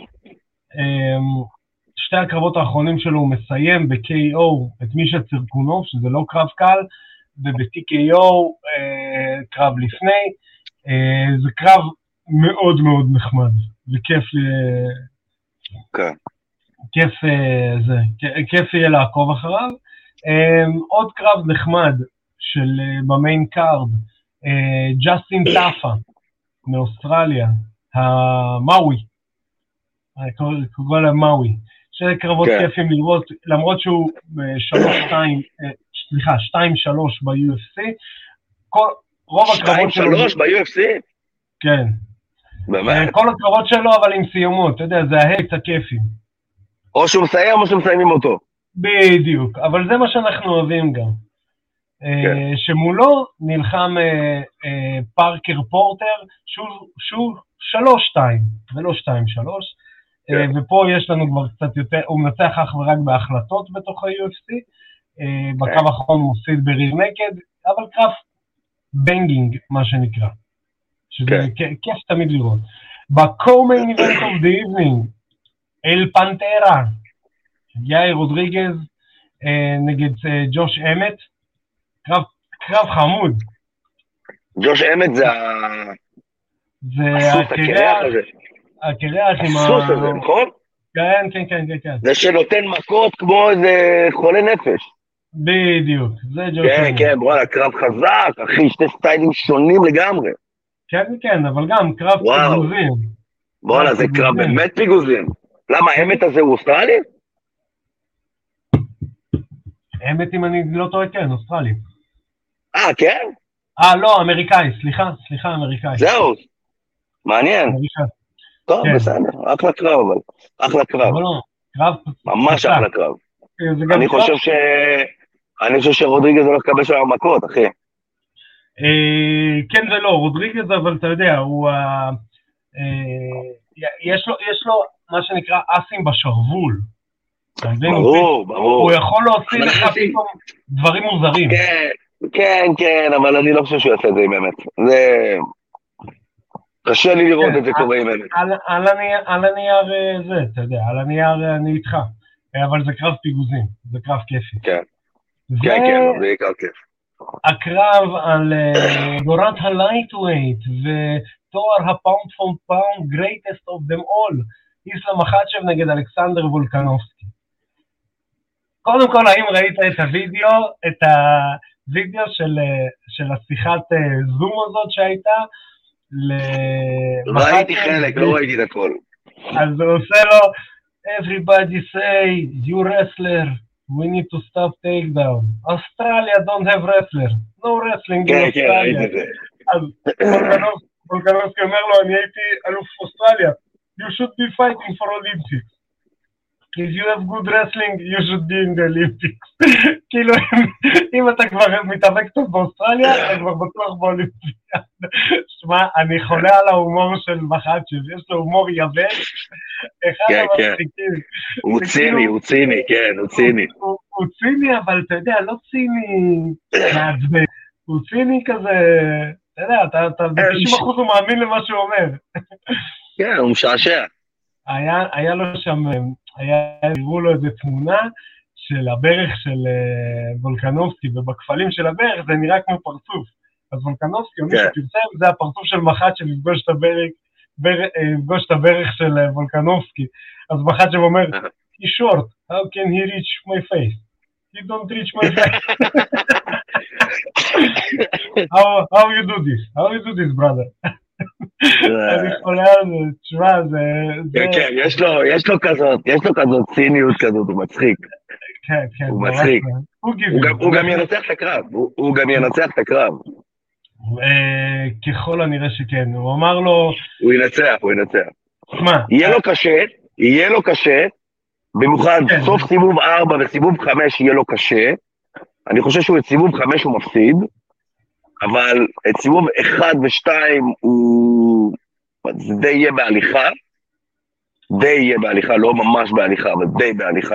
שתי הקרבות האחרונים שלו הוא מסיים ב-קיי או את מישה צירקונוב, שזה לא קרב קל, וב-טי קיי או קרב לפני. זה קרב מאוד מאוד נחמד, וכיף ל... כן. כיף, זה, כיף יהיה לעקוב אחריו. עוד קרב נחמד של במיין קארד, ג'סטין טאפה מאוסטרליה, המאווי, קורא לה מאווי, שזה קרבות כן. כיפים לראות, למרות שהוא שלוש שתיים, סליחה, שתיים שלוש ב-יו אף סי, כל, רוב הקרבות שלו... שתיים שלוש ב-יו אף סי? כן. באמת? כל הקרבות שלו, אבל עם סיומות, אתה יודע, זה ההייט הכיפים. או שהוא מסיים או שהוא מסיימים אותו. בדיוק, אבל זה מה שאנחנו אוהבים גם. כן. שמולו נלחם פארקר פורטר, שהוא שלוש שתיים, ולא שתיים שלוש, כן. ופה יש לנו כבר קצת יותר, הוא מנצח אך ורק בהחלטות בתוך ה-יו אף סי, כן. בקרב האחרון הוא מפסיד בריל נקד, אבל קרב בנגינג, מה שנקרא, שזה כן. כיף תמיד לראות. ב-co-main event of the evening, אל פנטרה, יאיר רודריגז נגד ג'וש אמט, קרב, קרב חמוד. ג'וש אמט זה הסוס הקרח הזה. הקרח עם ה... הסוס הזה, נכון? כן, כן, כן, כן. זה שנותן מכות כמו איזה חולה נפש. בדיוק, זה ג'וש אמט. כן, כן, בואו, קרב חזק, אחי, שתי סטיילים שונים לגמרי. כן, כן, אבל גם קרב פיגוזים. בואו, זה קרב באמת פיגוזים. למה, האמת הזה הוא אוסטרלי? האמת, אם אני לא טועה, כן, אוסטרלי. אה, כן? אה, לא, אמריקאי, סליחה, סליחה, אמריקאי. זהו, מעניין. אמריקאי. טוב, כן. בסדר, אחלה קרב, אבל. אחלה קרב. לא, קרב... ממש אחלה קרב. אני חושב קרב... ש... אני חושב שרודריגז הולך לקבל שם מכות, אחי. אה, כן ולא, רודריגז, אבל אתה יודע, הוא... אה, יש לו, יש לו... מה שנקרא אסים בשרוול. ברור, ברור. הוא יכול להוציא לך פתאום דברים מוזרים. כן, כן, כן, אבל אני לא חושב שהוא יעשה את זה עם אמת. זה... קשה לי לראות את זה קורה עם אמת. על הנייר זה, אתה יודע, על הנייר אני איתך. אבל זה קרב פיגוזים, זה קרב כיפי. כן, כן, כן, זה יקר כיף. הקרב על גורת הלייטווייט ותואר הפאונד פון פאונד, greatest of them all. איסלאם מחצ'ב נגד אלכסנדר וולקנובסקי. קודם כל, האם ראית את הוידאו, את הוידאו של, של השיחת זום הזאת שהייתה? ראיתי חלק, לא ראיתי את הכל. אז הוא עושה לו, everybody say, you wrestler, we need to stop takedown. Australia don't have wrestler, no wrestling in Australia. כן, כן, ראיתי את זה. אז וולקנובסקי אומר לו, אני הייתי אלוף אוסטרליה. You should be fighting for Olympics. if you have good wrestling, you should be in the Olympics. כאילו, אם אתה כבר מתאבק טוב באוסטרליה, אתה כבר בטוח באולימפיאדה. שמע, אני חולה על ההומור של מחצ'ב, יש לו הומור יבש, אחד המצחיקים. הוא ציני, הוא ציני, כן, הוא ציני. הוא ציני, אבל אתה יודע, לא ציני מעצבן, הוא ציני כזה, אתה יודע, אתה ב-תשעים אחוז הוא מאמין למה שהוא אומר. כן, הוא משעשע. היה, היה לו שם, היה, הראו לו איזו תמונה של הברך של וולקנובסקי, ובכפלים של הברך זה נראה כמו פרצוף. אז וולקנובסקי, או מישהו פרסם, זה הפרצוף של מחט שמפגוש את הברך, לפגוש את הברך של וולקנובסקי. אז מחט שאומר, he's short, how can he reach my face? He don't reach my face. how, how you do this? How you do this, brother? אני חולה על זה, תשמע, זה... כן, יש לו כזאת, יש לו כזאת ציניות כזאת, הוא מצחיק. כן, כן. הוא מצחיק. הוא גם ינצח את הקרב, הוא גם ינצח את הקרב. ככל הנראה שכן, הוא אמר לו... הוא ינצח, הוא ינצח. מה? יהיה לו קשה, יהיה לו קשה, במיוחד סוף סיבוב ארבע וסיבוב חמש יהיה לו קשה, אני חושב שהוא את סיבוב חמש הוא מפסיד, אבל את סיבוב אחד ושתיים הוא... זה די יהיה בהליכה, די יהיה בהליכה, לא ממש בהליכה, אבל די בהליכה,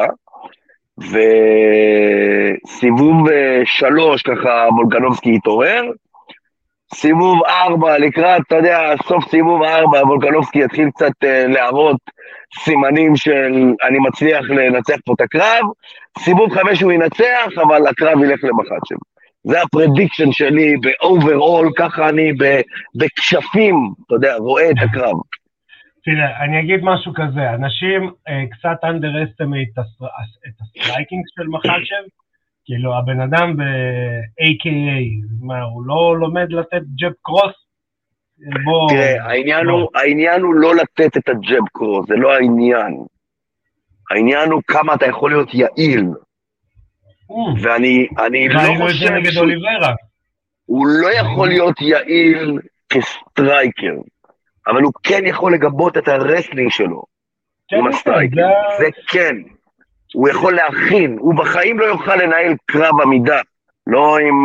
וסיבוב שלוש ככה וולקנובסקי יתעורר, סיבוב ארבע לקראת, אתה יודע, סוף סיבוב ארבע, וולקנובסקי יתחיל קצת להראות סימנים של אני מצליח לנצח פה את הקרב, סיבוב חמש הוא ינצח, אבל הקרב ילך למחצ'ב. זה הפרדיקשן שלי באוברול, ככה אני בקשפים, אתה יודע, רואה את הקרב. תראה, אני אגיד משהו כזה, אנשים קצת underestimate את הסטרייקינג של מחצ'ב, כאילו הבן אדם ב-A K A, מה, הוא לא לומד לתת ג'ב קרוס? תראה, העניין הוא לא לתת את הג'ב קרוס, זה לא העניין. העניין הוא כמה אתה יכול להיות יעיל. ואני לא חושב הוא לא יכול להיות יעיל כסטרייקר, אבל הוא כן יכול לגבות את הרסלינג שלו עם הסטרייקר, זה כן, הוא יכול להכין, הוא בחיים לא יוכל לנהל קרב עמידה, לא עם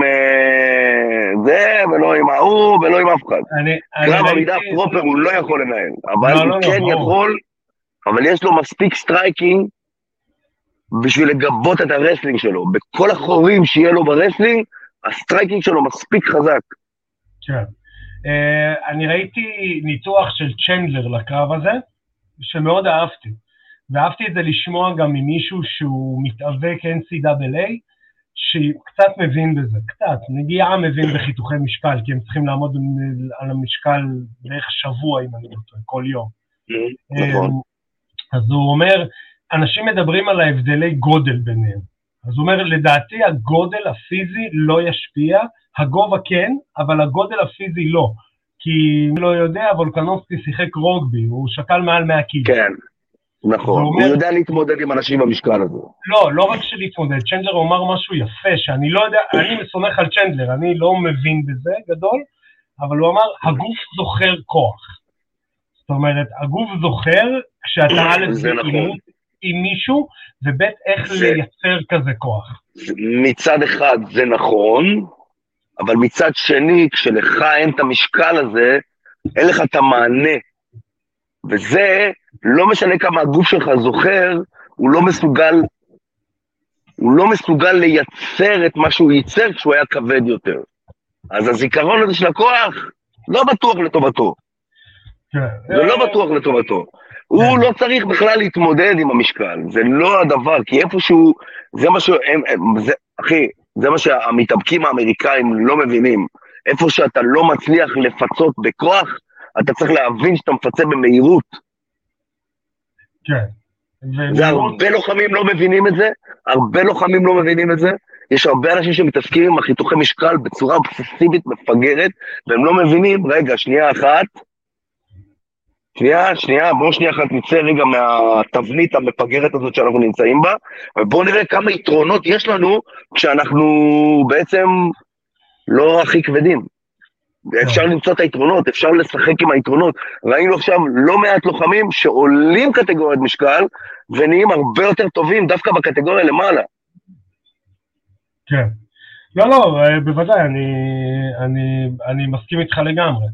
זה ולא עם ההוא ולא עם אף אחד, קרב עמידה פרופר הוא לא יכול לנהל, אבל הוא כן יכול, אבל יש לו מספיק סטרייקינג בשביל לגבות את הרסלינג שלו. בכל החורים שיהיה לו ברסלינג, הסטרייקינג שלו מספיק חזק. כן. Uh, אני ראיתי ניתוח של צ'נדלר לקרב הזה, שמאוד אהבתי. ואהבתי את זה לשמוע גם ממישהו שהוא מתאבק N C A A, שקצת מבין בזה, קצת. נגיעה מבין בחיתוכי משקל, כי הם צריכים לעמוד על המשקל בערך שבוע, אם אני רוצה, כל יום. נכון. Uh, אז הוא אומר, אנשים מדברים על ההבדלי גודל ביניהם. אז הוא אומר, לדעתי הגודל הפיזי לא ישפיע, הגובה כן, אבל הגודל הפיזי לא. כי אם לא יודע, וולקנובסקי שיחק רוגבי, הוא שקל מעל מאה קילו. כן, נכון, הוא, הוא יודע להתמודד עם אנשים במשקל הזה. לא, לא רק שלהתמודד, צ'נדלר אומר משהו יפה, שאני לא יודע, אני מסומך על צ'נדלר, אני לא מבין בזה גדול, אבל הוא אמר, הגוף זוכר כוח. זאת אומרת, הגוף זוכר, כשאתה על זה נכון. עם מישהו, ובית איך זה, לייצר כזה כוח. מצד אחד זה נכון, אבל מצד שני, כשלך אין את המשקל הזה, אין לך את המענה. וזה, לא משנה כמה הגוף שלך זוכר, הוא לא מסוגל, הוא לא מסוגל לייצר את מה שהוא ייצר כשהוא היה כבד יותר. אז הזיכרון הזה של הכוח, לא בטוח לטובתו. זה לא בטוח לטובתו. הוא לא צריך בכלל להתמודד עם המשקל, זה לא הדבר, כי איפשהו, זה מה שהם, זה, אחי, זה מה שהמתאבקים האמריקאים לא מבינים, איפה שאתה לא מצליח לפצות בכוח, אתה צריך להבין שאתה מפצה במהירות. כן. זה הרבה לוחמים לא מבינים את זה, הרבה לוחמים לא מבינים את זה, יש הרבה אנשים שמתעסקים עם החיתוכי משקל בצורה אובססיבית מפגרת, והם לא מבינים, רגע, שנייה אחת, שנייה, שנייה, בואו שנייה אחת נצא רגע מהתבנית המפגרת הזאת שאנחנו נמצאים בה, ובואו נראה כמה יתרונות יש לנו כשאנחנו בעצם לא הכי כבדים. אפשר למצוא את היתרונות, אפשר לשחק עם היתרונות. ראינו עכשיו לא מעט לוחמים שעולים קטגוריית משקל, ונהיים הרבה יותר טובים דווקא בקטגוריה למעלה. כן. לא, לא, בוודאי, אני, אני, אני מסכים איתך לגמרי.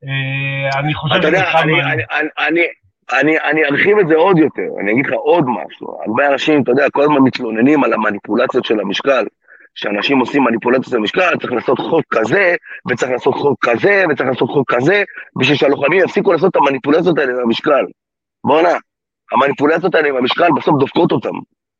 אני חושב אתה יודע, אני, אני, אני, אני, אני ארחיב את זה עוד יותר, אני אגיד לך עוד משהו. הרבה אנשים, אתה יודע, כל הזמן מתלוננים על המניפולציות של המשקל, שאנשים עושים מניפולציות של המשקל, צריך לעשות חוק כזה, וצריך לעשות חוק כזה, וצריך לעשות חוק כזה, בשביל שהלוחמים יפסיקו לעשות את המניפולציות האלה במשקל. בוא נע, המניפולציות האלה במשקל בסוף דופקות אותם.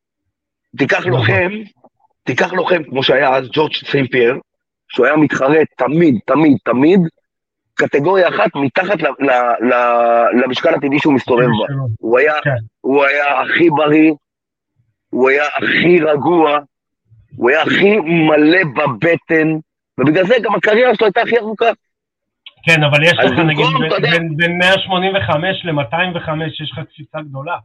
תיקח לוחם, תיקח לוחם, כמו שהיה אז ג'ורג' סן פייר, שהוא היה מתחרה תמיד, תמיד, תמיד, קטגוריה אחת מתחת ל, ל, ל, למשקל הטבעי שהוא מסתובב בה. הוא היה, כן. הוא היה הכי בריא, הוא היה הכי רגוע, הוא היה הכי מלא בבטן, ובגלל זה גם הקריירה שלו הייתה הכי ארוכה. כן, אבל יש לך נגיד בין, בין מאה שמונים וחמש ל-מאתיים וחמש, יש לך קפיצה גדולה.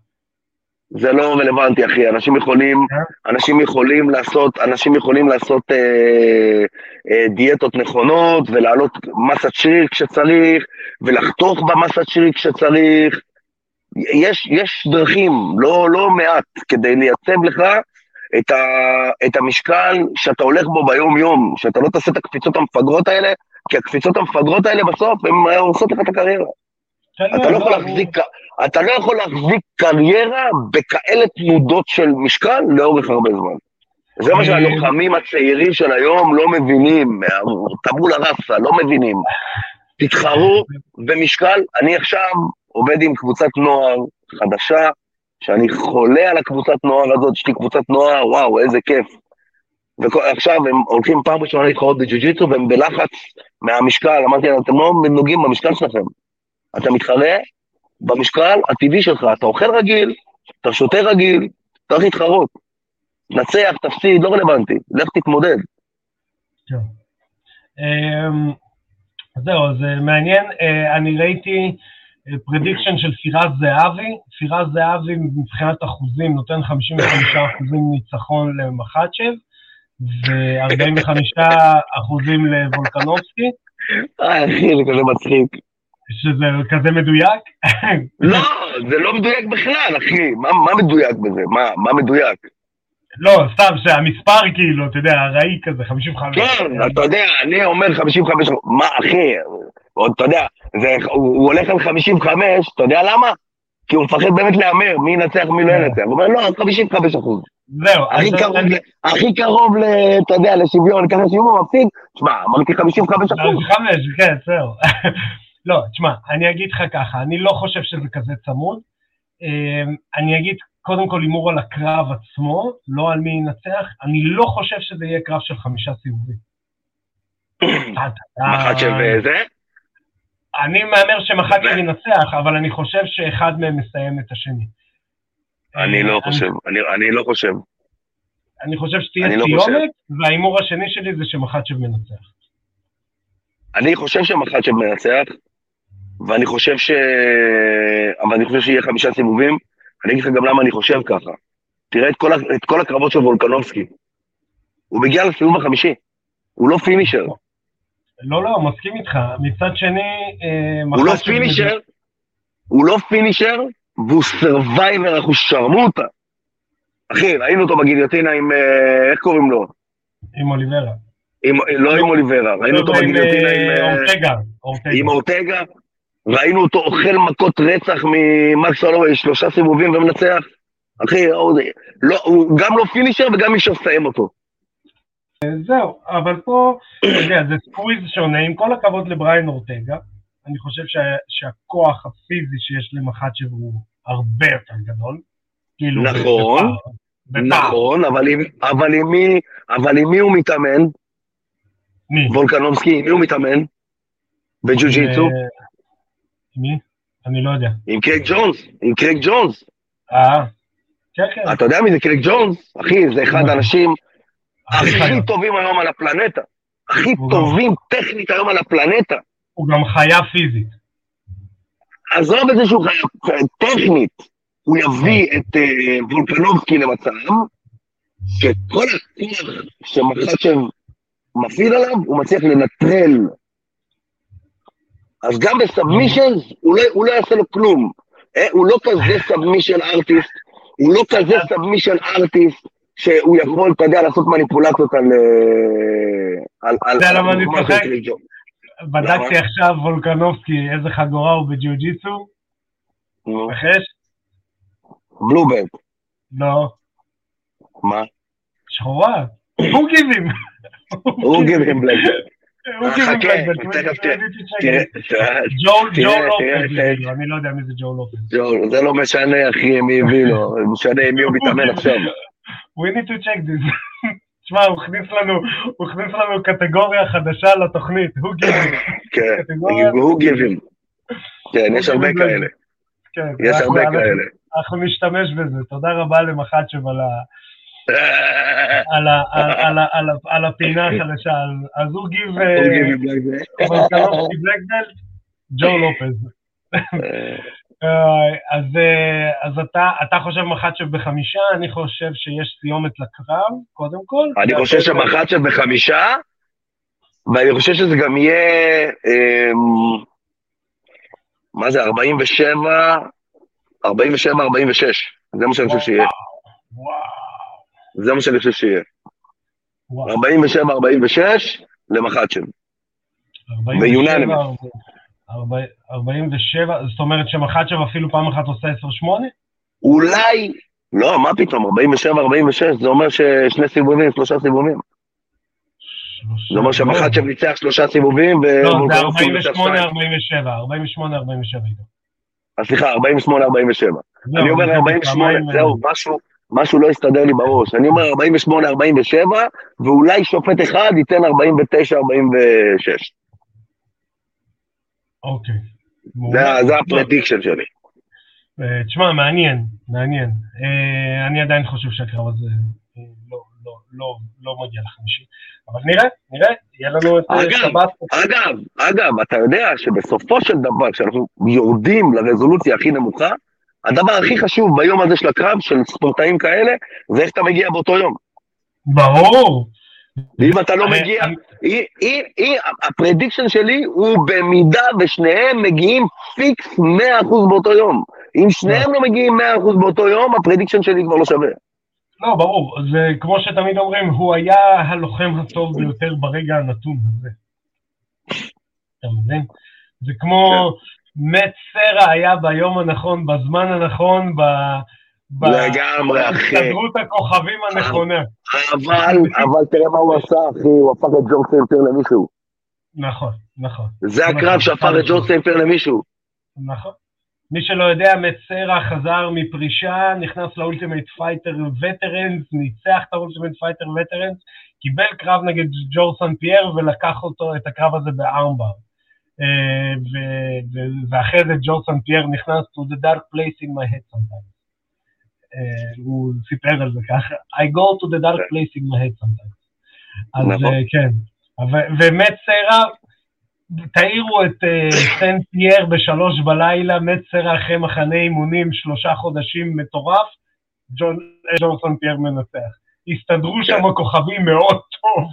זה לא רלוונטי, אחי. אנשים יכולים, אנשים יכולים לעשות, אנשים יכולים לעשות אה, אה, דיאטות נכונות, ולעלות מסת שריר כשצריך, ולחתוך במסת שריר כשצריך. יש, יש דרכים, לא, לא מעט, כדי לייצב לך את, ה, את המשקל שאתה הולך בו ביום יום, שאתה לא תעשה את הקפיצות המפגרות האלה, כי הקפיצות המפגרות האלה בסוף, הן עושות לך את הקריירה. אתה לא יכול להחזיק, אתה לא יכול להחזיק קריירה בכאלה תנודות של משקל לאורך הרבה זמן. זה מה שהלוחמים הצעירים של היום לא מבינים, טבולה ראסה, לא מבינים. תתחרו במשקל, אני עכשיו עובד עם קבוצת נוער חדשה, שאני חולה על הקבוצת נוער הזאת, שתי קבוצת נוער, וואו, איזה כיף. ועכשיו הם הולכים פעם ראשונה להתחרות בג'יוג'יטסו, והם בלחץ מהמשקל, אמרתי להם, אתם לא נוגעים במשקל שלכם. אתה מתחרה במשקל הטבעי שלך, אתה אוכל רגיל, אתה שותה רגיל, אתה הולך להתחרות. נצח, תפסיד, לא רלוונטי, לך תתמודד. זהו, זה מעניין, אני ראיתי פרדיקשן של פירז זהבי, פירז זהבי מבחינת אחוזים נותן חמישים וחמישה אחוזים ניצחון למחצ'ב, ו-ארבעים וחמישה אחוזים לוולקנובסקי. אה, אחי, זה כזה מצחיק. שזה כזה מדויק? לא, זה לא מדויק בכלל, אחי. מה, מה מדויק בזה? מה, מה מדויק? לא, סתם שהמספר כאילו, אתה יודע, הראי כזה, חמישים וחמש. כן, אתה יודע, אני אומר חמישים וחמש, מה, אחי? עוד, אתה יודע, זה, הוא, הוא הולך על חמישים וחמש, אתה יודע למה? כי הוא מפחד באמת להמר, מי ינצח, מי לא ינצח. הוא אומר, לא, חמישים וחמש אחוז. זהו. הכי קרוב, הכי קרוב, אתה יודע, לשוויון, ככה שיום מפסיד, תשמע, אמרתי חמישים וחמש אחוז. חמישים וחמש, כן, זהו. לא, תשמע, אני אגיד לך ככה, אני לא חושב שזה כזה צמוד, אני אגיד קודם כל הימור על הקרב עצמו, לא על מי ינצח, אני לא חושב שזה יהיה קרב של חמישה סיבובים. מחצ'ב וזה? אני מאמר שמחצ'ב ינצח, אבל אני חושב שאחד מהם מסיים את השני. אני לא חושב, אני לא חושב. אני חושב שתהיה סיומת, וההימור השני שלי זה שמחצ'ב מנצח. אני חושב שמחצ'ב מנצח, ואני חושב ש... אבל אני חושב שיהיה חמישה סיבובים, אני אגיד לך גם למה אני חושב ככה. תראה את כל, את כל הקרבות של וולקנובסקי. הוא מגיע לסיבוב החמישי, הוא לא פינישר. לא, לא, מסכים איתך. מצד שני... הוא לא פינישר, מד... הוא לא פינישר, והוא סרווייבר, אנחנו שרמו אותה. אחי, ראינו אותו בגיליוטינה עם... איך קוראים לו? עם אוליברה. עם, לא עם אוליברה, ראינו אותו בגיליוטינה עם... אורטגה. עם אורטגה. ראינו אותו אוכל מכות רצח ממקס הולווי, שלושה סיבובים ומנצח. אחי, לא, הוא גם לא פינישר וגם מי שסיים אותו. זהו, אבל פה, אתה יודע, זה סקוויז שונה, עם כל הכבוד לבריין אורטגה, אני חושב שה, שהכוח הפיזי שיש למחצ'ב הוא הרבה יותר גדול. כאילו נכון, בפער, נכון, בפער. אבל, עם, אבל, עם מי, אבל עם מי הוא מתאמן? מי? וולקנובסקי, עם מי הוא מתאמן? בג'ו-ג'יטסו? מי? אני לא יודע. עם קרייג ג'ונס, עם קרייג ג'ונס. אה, כן, כן. אתה יודע מי זה קרייג ג'ונס? אחי, זה אחד האנשים הכי טובים היום על הפלנטה. הכי טובים טכנית היום על הפלנטה. הוא גם חיה פיזית. עזוב את זה שהוא חיה טכנית. הוא יביא את וולקנובסקי למצב, שכל הכוח שמחצ'ב מפעיל עליו, הוא מצליח לנטרל אז גם בסאבמישן הוא לא יעשה לו כלום. הוא לא כזה סאבמישן ארטיסט, הוא לא כזה סאבמישן ארטיסט, שהוא יכול, אתה יודע, לעשות מניפולציות על... זה למה אני צוחק? בדקתי עכשיו וולקנובסקי, איזה חגורה הוא בג'יוג'יצו? מחש? בלובלט. לא. מה? שחורה. הוא גיבים. הוא גיבים בלייבלט. הוא גיבים בלייבלט. ג'ו לופז, אני לא יודע מי זה ג'ו לופז. זה לא משנה, אחי, מי הביא לו. משנה מי הוא מתאמן עכשיו. We need to check this. תשמע, הוא הכניס לנו קטגוריה חדשה לתוכנית. הוא גיבים. כן, הוא גיבים. כן, יש הרבה כאלה. יש הרבה כאלה. אנחנו נשתמש בזה. תודה רבה למחצ'ב על הפינה החדשה. אז הוא גיב בלקבלט, ג'ו לופז. אז אתה חושב מחצ'ב בחמישה, אני חושב שיש סיומת לקרב, קודם כל. אני חושב שמחצ'ב בחמישה, ואני חושב שזה גם יהיה, מה זה, ארבעים ושבע, ארבעים ושבע, ארבעים ושש. זה מה שאני חושב שיהיה. זה מה שאני חושב שיהיה. ארבעים ושבע, ארבעים ושש, למחצ'ב. ביוננימס. ארבעים ושבע, זאת אומרת שמחצ'ב אפילו פעם אחת עושה עשר שמונה? אולי, לא, מה פתאום, ארבעים ושבע, ארבעים ושש, זה אומר ששני סיבובים, שלושה סיבובים. זה אומר שמחצ'ב ניצח שלושה סיבובים, לא, זה ארבעים ושמונה, ארבעים ושבע, ארבעים ושמונה, ארבעים ושבע. אז סליחה, ארבעים ושמונה, ארבעים ושבע. אני אומר ארבעים ושמונה, זהו, משהו לא יסתדר לי בראש. אני אומר ארבעים ושמונה, ארבעים ושבע, ואולי שופט אחד ייתן ארבעים ותשע, ארבעים ושש. אוקיי. זה הפרדיקשן שלי. תשמע, מעניין, מעניין. אני עדיין חושב שהקרב הזה לא מגיע לחמישי. אבל נראה, נראה, יהיה לנו את שבת. אגב, אגב, אתה יודע שבסופו של דבר, כשאנחנו יורדים לרזולוציה הכי נמוכה, הדבר הכי חשוב ביום הזה של הקרב, של ספורטאים כאלה, זה איך אתה מגיע באותו יום. ברור. ואם אתה לא מגיע, הפרדיקשן שלי הוא במידה ושניהם מגיעים פיקס מאה אחוז באותו יום. אם שניהם לא מגיעים מאה אחוז באותו יום, הפרדיקשן שלי כבר לא שווה. לא, ברור, זה כמו שתמיד אומרים, הוא היה הלוחם הטוב ביותר ברגע הנתון הזה. אתה מבין? זה כמו מאט סרה היה ביום הנכון, בזמן הנכון, בהסתדרות הכוכבים הנכונה. אבל, אבל תראה מה הוא עשה, אחי, הוא הפך את ג'ו סמפר למישהו. נכון, נכון. זה הקרב שהפך את ג'ו סמפר למישהו. נכון. מי שלא יודע, מאט סרה חזר מפרישה, נכנס לאולטימייט פייטר וטרנס, ניצח את האולטימייט פייטר וטרנס, קיבל קרב נגד ג'ו סן פייר ולקח אותו, את הקרב הזה בארמבר. ואחרי זה ג'ו סן פייר נכנס to the dark place in my head sometimes. הוא סיפר על זה ככה, I go to the dark place in my head sometimes. אז כן, ומאט סרה, תאירו את סן פייר בשלוש בלילה, מאט סרה אחרי מחנה אימונים, שלושה חודשים מטורף, ג'ו סן פייר מנצח. הסתדרו שם הכוכבים מאוד טוב.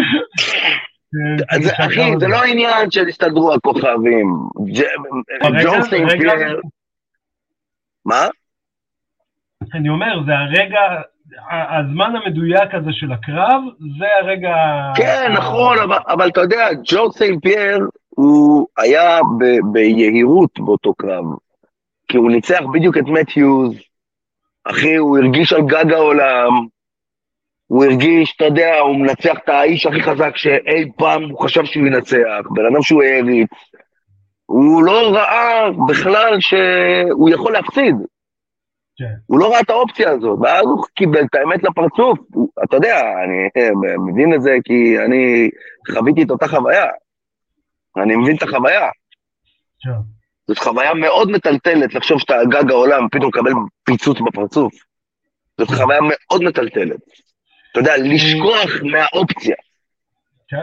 אחי, זה לא עניין של הסתדרו הכוכבים. ג'ו סן פייר... מה? אני אומר, זה הרגע, הזמן המדויק הזה של הקרב, זה הרגע... כן, נכון, אבל אתה יודע, ג'ו סן פייר, הוא היה ביהירות באותו קרב, כי הוא ניצח בדיוק את מאט היוז, אחי, הוא הרגיש על גג העולם, הוא הרגיש, אתה יודע, הוא מנצח את האיש הכי חזק שאי פעם הוא חשב שהוא ינצח, בן אדם שהוא העריץ, הוא לא ראה בכלל שהוא יכול להפסיד, הוא לא ראה את האופציה הזאת, ואז הוא קיבל את האמת לפרצוף, אתה יודע, אני מבין את זה כי אני חוויתי את אותה חוויה, אני מבין את החוויה, זאת חוויה מאוד מטלטלת, לחשוב שאתה גג העולם, פתאום קבל פיצוץ בפרצוף, זאת חוויה מאוד מטלטלת, אתה יודע, לשכוח מהאופציה. כן,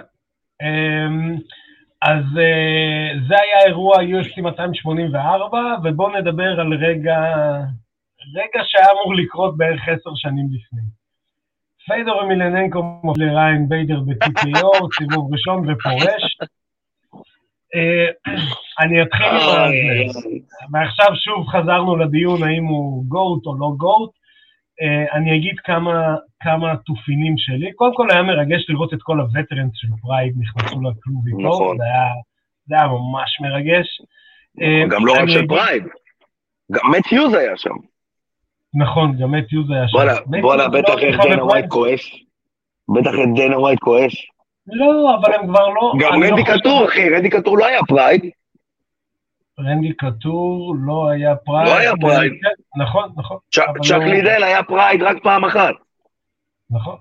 אז זה היה אירוע יו אף סי מאתיים שמונים וארבע, ובואו נדבר על רגע... רגע שהיה אמור לקרות בערך עשר שנים לפני. פיידור אמילננקו מוביל ריין ביידר ב-טי קי או, סיבוב ראשון ופורש. אני אתחיל עם זה. ועכשיו שוב חזרנו לדיון האם הוא גוט או לא גוט. אני אגיד כמה, כמה תופינים שלי. קודם כל היה מרגש לראות את כל הווטרנס של פרייד נכנסו לקלוב איתו. נכון. זה היה, זה היה ממש מרגש. גם לא רק של פרייד. גם מאט היוז היה שם. נכון, גם מאט היוז היה שם. בואנה, בטח איך דיינה ווייט כועס. בטח איך דיינה ווייט כועס. לא, אבל הם כבר לא... גם רנדי קטור, אחי, רנדי קטור לא היה פרייד. רנדי קטור לא היה פרייד. לא היה פרייד. נכון, נכון. צ'אק לידל היה פרייד רק פעם אחת. נכון.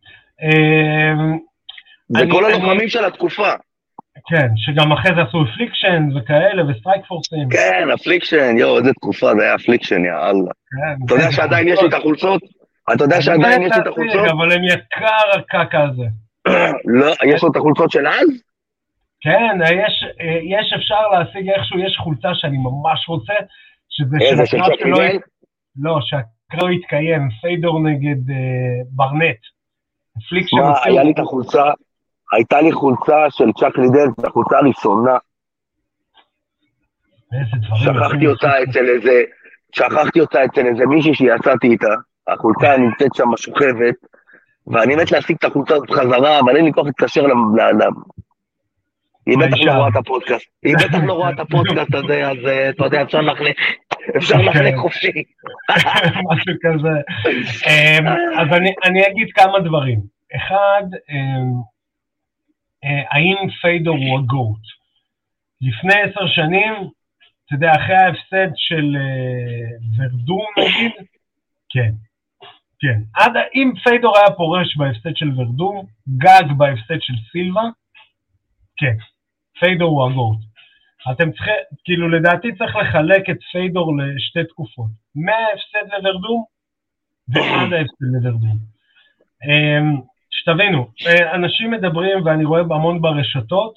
זה כל הלוחמים של התקופה. כן, שגם אחרי זה עשו אפליקשן וכאלה וסטרייק פורסים. כן, אפליקשן, יו, איזה תקופה, זה היה אפליקשן, יא אללה. אתה יודע שעדיין יש לי את החולצות? אתה יודע שעדיין יש לי את החולצות? אבל הם יקר הקקה הזה. לא, יש לו את החולצות של אז? כן, יש, יש אפשר להשיג איכשהו, יש חולצה שאני ממש רוצה, שזה איזה של צ'אק לידל? לא, שהקרב יתקיים, פיידור נגד uh, ברנט. מה, היה לי את החולצה, הייתה לי חולצה של צ'אק לידל, את החולצה הראשונה. שכחתי אותה אצל איזה, שכחתי אותה אצל איזה מישהי שיצאתי איתה, החולצה נמצאת שם משוכבת, ואני מת להשיג את החולצה הזאת חזרה, אבל אין לי כוח להתקשר לאדם. היא בטח לא רואה את הפודקאסט, היא בטח לא רואה את הפודקאסט הזה, אז אתה יודע, אפשר לחלק, אפשר לחלק חופשי. משהו כזה. אז אני אגיד כמה דברים. אחד, האם פיידור הוא הגוט? לפני עשר שנים, אתה יודע, אחרי ההפסד של ורדום נגיד, כן. כן, עד אם פיידור היה פורש בהפסד של ורדום, גג בהפסד של סילבה, כן, פיידור הוא הגוט. אתם צריכים, כאילו לדעתי צריך לחלק את פיידור לשתי תקופות, מההפסד לוורדום, ועד ההפסד לוורדום. שתבינו, אנשים מדברים, ואני רואה המון ברשתות,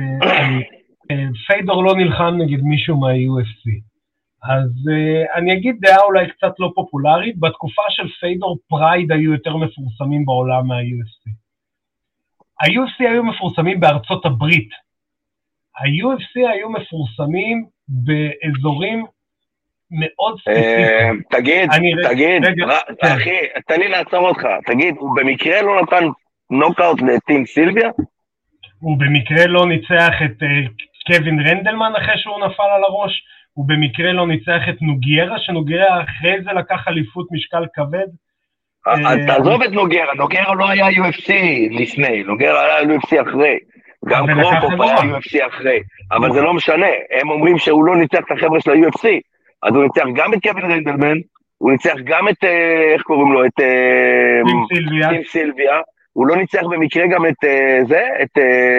פיידור לא נלחם נגד מישהו מה-יו אף סי. אז uh, אני אגיד דעה אולי קצת לא פופולרית, בתקופה של פיידור פרייד היו יותר מפורסמים בעולם מה-יו אף סי. ה-יו אף סי היו מפורסמים בארצות הברית. ה-יו אף סי היו מפורסמים באזורים מאוד ספציפיים. תגיד, תגיד, אחי, תן לי לעצור אותך, תגיד, הוא במקרה לא נתן נוקאוט לטים סילביה? הוא במקרה לא ניצח את קווין רנדלמן אחרי שהוא נפל על הראש? הוא במקרה לא ניצח את נוגיירה, שנוגיירה אחרי זה לקח אליפות משקל כבד. תעזוב את נוגיירה, נוגיירה לא היה יו אף סי לפני, נוגיירה היה יו אף סי אחרי. גם קרוקופ היה יו אף סי אחרי, אבל זה לא משנה, הם אומרים שהוא לא ניצח את החבר'ה של ה-יו אף סי, אז הוא ניצח גם את קווין רנדלמן, הוא ניצח גם את, איך קוראים לו, את טים סילביה, הוא לא ניצח במקרה גם את זה, את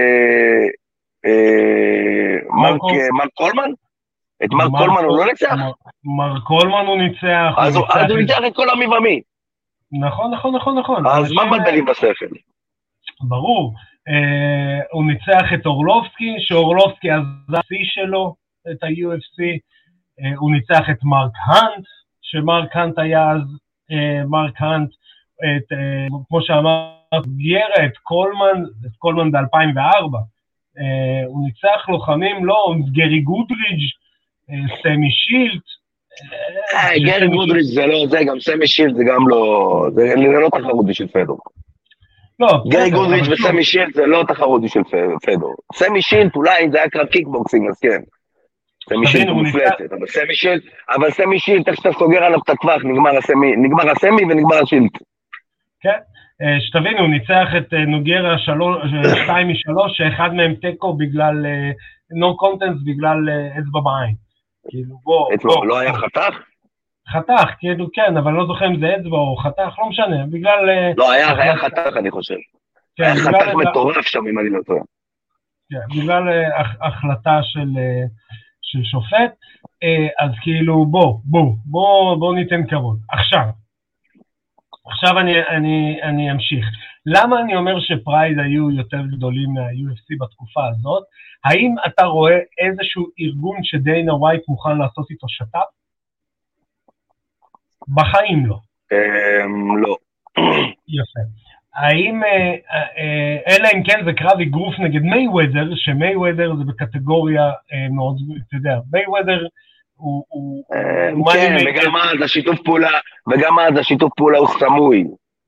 מרק קולמן? את מרק קולמן הוא לא ניצח? מרק קולמן הוא ניצח. אז הוא ניצח את כל המי ומי. נכון, נכון, נכון, נכון. אז מה מבלבלים בשכל? ברור. הוא ניצח את אורלובסקי, שאורלובסקי עזב שיא שלו, את ה-יו אף סי. הוא ניצח את מרק האנט, שמרק האנט היה אז, מרק האנט, כמו שאמרת, גיירה את קולמן, את קולמן ב-אלפיים וארבע. הוא ניצח לוחמים, לא, גרי גודריג', סמי שילט. גרי גודריץ' זה לא, זה גם סמי שילט זה גם לא, זה לא תחרות בשביל פדור. גרי גודריץ' וסמי שילט זה לא תחרות בשביל פדור. סמי שילט אולי זה היה קרב קיקבוקסינג, אז כן. סמי שילט הוא מופלטת, אבל סמי שילט, אבל סמי שילט, איך שאתה סוגר עליו את הטווח, נגמר הסמי ונגמר השילט. כן, שתבינו, הוא ניצח את נוגיירה שתיים משלוש, שאחד מהם טקו בגלל נו קונטנס, בגלל אצבע בעין. אצבע לא היה חתך? חתך, כאילו כן, אבל לא זוכר אם זה אצבע או חתך, לא משנה, בגלל... לא, היה חתך אני חושב. היה חתך מטורף שם אם אני לא טועה. כן, בגלל החלטה של שופט, אז כאילו בוא, בוא, בוא ניתן כבוד. עכשיו, עכשיו אני, אני, אני אמשיך. למה אני אומר שפרייד היו יותר גדולים מה-יו אף סי בתקופה הזאת? האם אתה רואה איזשהו ארגון שדיינה ווייט מוכן לעשות איתו שת"פ? בחיים לא. לא. יפה. האם, אלא אם כן זה קרב אגרוף נגד מייוודר, שמייוודר זה בקטגוריה מאוד, אתה יודע, מייוודר הוא... כן, וגם אז השיתוף פעולה, וגם אז השיתוף פעולה הוא סמוי.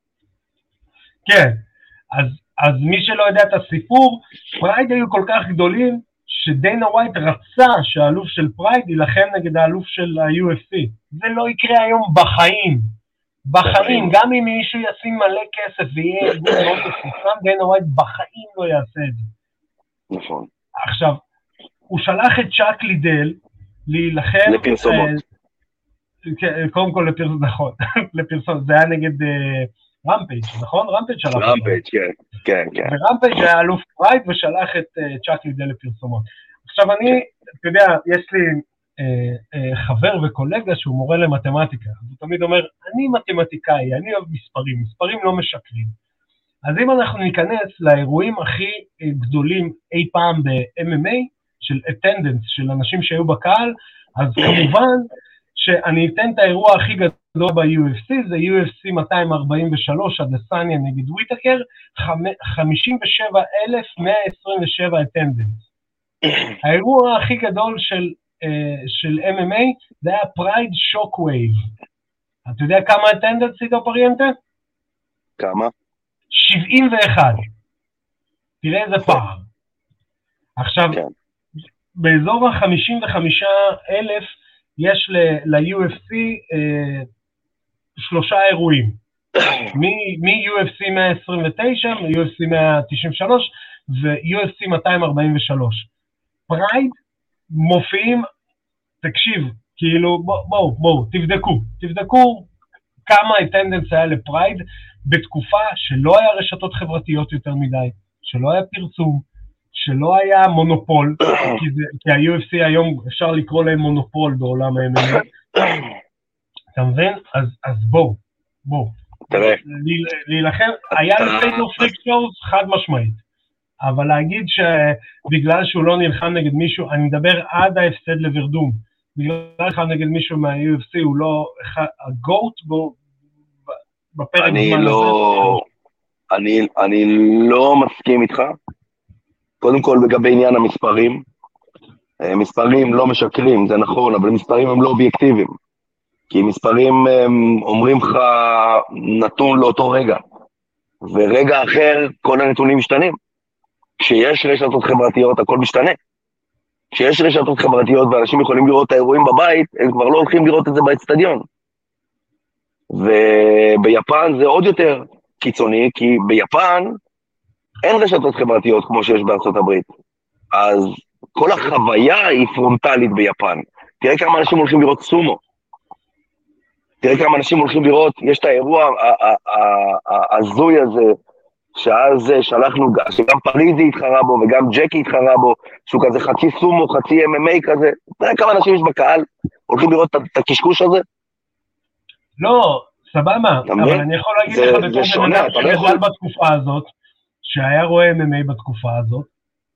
כן, אז מי שלא יודע את הסיפור, פרייד היו כל כך גדולים, שדיינה ווייט רצה שהאלוף של פרייד ילחם נגד האלוף של ה-יו אף סי. זה לא יקרה היום בחיים. בחיים, גם אם מישהו ישים מלא כסף ויהיה ארגון מאוד מפורסם, דיינה ווייט בחיים לא יעשה את זה. נכון. עכשיו, הוא שלח את צ'אק לידל להילחם... לפרסומות. קודם כל לפרסומות, נכון. לפרסומות, זה היה נגד רמפייג', נכון? רמפייג' שלח. רמפייג', כן, כן, כן. ורמפייג' היה אלוף פרייד ושלח את צ'אק לידל לפרסומות. עכשיו אני, אתה יודע, יש לי... חבר וקולגה שהוא מורה למתמטיקה, הוא תמיד אומר, אני מתמטיקאי, אני אוהב מספרים, מספרים לא משקרים. אז אם אנחנו ניכנס לאירועים הכי גדולים אי פעם ב-אם אם איי, של attendance, של אנשים שהיו בקהל, אז כמובן שאני אתן את האירוע הכי גדול ב-יו אף סי, זה יו אף סי מאתיים ארבעים ושלוש, אדסניה נגד וויטקר, חמישים ושבעה אלף מאה עשרים ושבע attendance. האירוע הכי גדול של של אם אם איי, זה היה פרייד שוקווייב. אתה יודע כמה אטנדנס סידו פריאנטה? כמה? שבעים ואחת. תראה איזה פער. עכשיו, כן. באזור ה-חמישים וחמישה אלף יש ל-יו אף סי אה, שלושה אירועים. מ-יו אף סי מאה עשרים ותשע, מ-יו אף סי מאה תשעים ושלוש ו-יו אף סי מאתיים ארבעים ושלוש. פרייד מופיעים, תקשיב, כאילו, בואו, בואו, בוא, תבדקו, תבדקו כמה אטנדנס היה לפרייד, בתקופה שלא היה רשתות חברתיות יותר מדי, שלא היה פרסום, שלא היה מונופול, כי, זה, כי ה-יו אף סי היום אפשר לקרוא להם מונופול בעולם ה-אם אם איי, אתה מבין? אז, אז בואו, בואו, להילחם, היה לפיידו פריק שואוס חד משמעית, אבל להגיד שבגלל שהוא לא נלחם נגד מישהו, אני מדבר עד ההפסד לוורדום, בגלל נלחם נגד מישהו מה-יו אף סי, הוא לא הגוט בו, בפרק אני לא, אני, אני לא מסכים איתך, קודם כל לגבי עניין המספרים, מספרים לא משקרים, זה נכון, אבל מספרים הם לא אובייקטיביים, כי מספרים אומרים לך נתון לאותו רגע, ורגע אחר כל הנתונים משתנים. כשיש רשתות חברתיות, הכל משתנה. כשיש רשתות חברתיות ואנשים יכולים לראות את האירועים בבית, הם כבר לא הולכים לראות את זה באצטדיון. וביפן זה עוד יותר קיצוני, כי ביפן אין רשתות חברתיות כמו שיש בארצות הברית. אז כל החוויה היא פרונטלית ביפן. תראה כמה אנשים הולכים לראות סומו. תראה כמה אנשים הולכים לראות, יש את האירוע הזוי הזה, שאז שלחנו, שגם פריזי התחרה בו, וגם ג'קי התחרה בו, שהוא כזה חצי סומו, חצי אם אם איי כזה. תראה כמה אנשים יש בקהל, הולכים לראות את הקשקוש הזה? לא, סבבה, אבל אני יכול להגיד לך בתור בן אדם שגדל בתקופה הזאת, שהיה רואה אם אם איי בתקופה הזאת,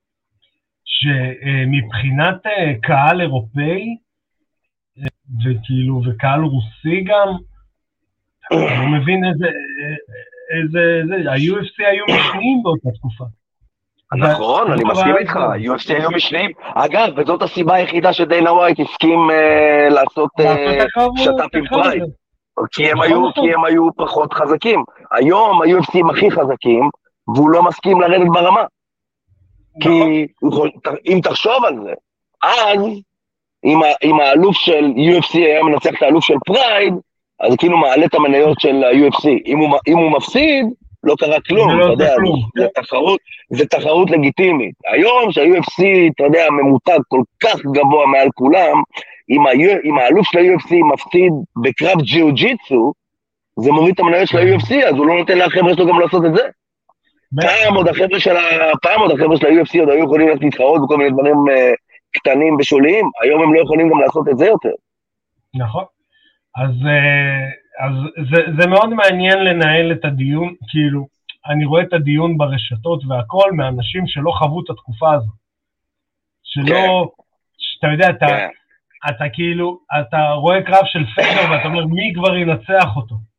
שמבחינת קהל אירופאי, וכאילו, וקהל רוסי גם, אני מבין איזה, איזה, זה, ה-יו אף סי היו משניים באותה תקופה. נכון, אני מסכים איתך, ה-יו אף סי היו משניים. אגב, וזאת הסיבה היחידה שדיינה ווייט הסכים לעשות שת"פ עם פרייד. כי הם היו פחות חזקים. היום ה-יו אף סי הם הכי חזקים, והוא לא מסכים לרדת ברמה. כי אם תחשוב על זה, אז אם האלוף של יו אף סי היה מנצח את האלוף של פרייד, אז כאילו מעלה את המניות של ה-יו אף סי. אם הוא מפסיד, לא קרה כלום, אתה יודע, זה תחרות לגיטימית. היום שה-יו אף סי, אתה יודע, ממותג כל כך גבוה מעל כולם, אם האלוף של ה-יו אף סי מפסיד בקרב ג'יו-ג'יצו, זה מוריד את המניות של ה-יו אף סי, אז הוא לא נותן לחבר'ה שלו גם לעשות את זה. פעם עוד החבר'ה של ה-יו אף סי עוד היו יכולים להתחרות בכל מיני דברים קטנים ושוליים, היום הם לא יכולים גם לעשות את זה יותר. נכון. אז, אז זה, זה מאוד מעניין לנהל את הדיון, כאילו, אני רואה את הדיון ברשתות והכל, מאנשים שלא חוו את התקופה הזו. שלא, שאתה יודע, אתה, אתה כאילו, אתה רואה קרב של פיידר, ואתה אומר, מי כבר ינצח אותו?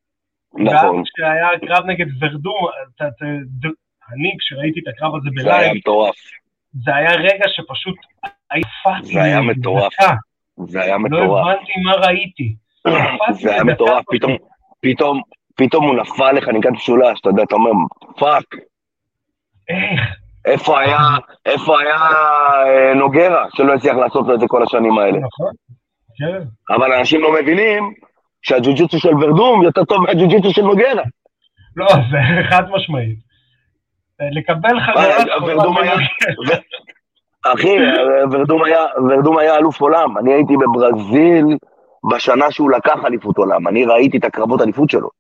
נכון. כשהיה קרב נגד ורדום, אני כשראיתי את הקרב הזה בלייב, זה היה מטורף. זה היה רגע שפשוט היפתי. זה היה מטורף. זה היה מטורף. לא הבנתי מה ראיתי. זה היה מטורף, פתאום, פתאום, פתאום הוא נפל לך ניקת משולש, אתה יודע, אתה אומר, פאק. איך? איפה היה, איפה היה נוגרה, שלא הצליח לעשות לו את זה כל השנים האלה. נכון, כן. אבל אנשים לא מבינים שהג'ו-ג'יטסו של ורדום יותר טוב מהג'ו-ג'יטסו של נוגרה. לא, זה חד משמעית. לקבל חגרה... ורדום היה... אחי, ורדום היה אלוף עולם. אני הייתי בברזיל בשנה שהוא לקח אליפות עולם. אני ראיתי את הקרבות אליפות שלו.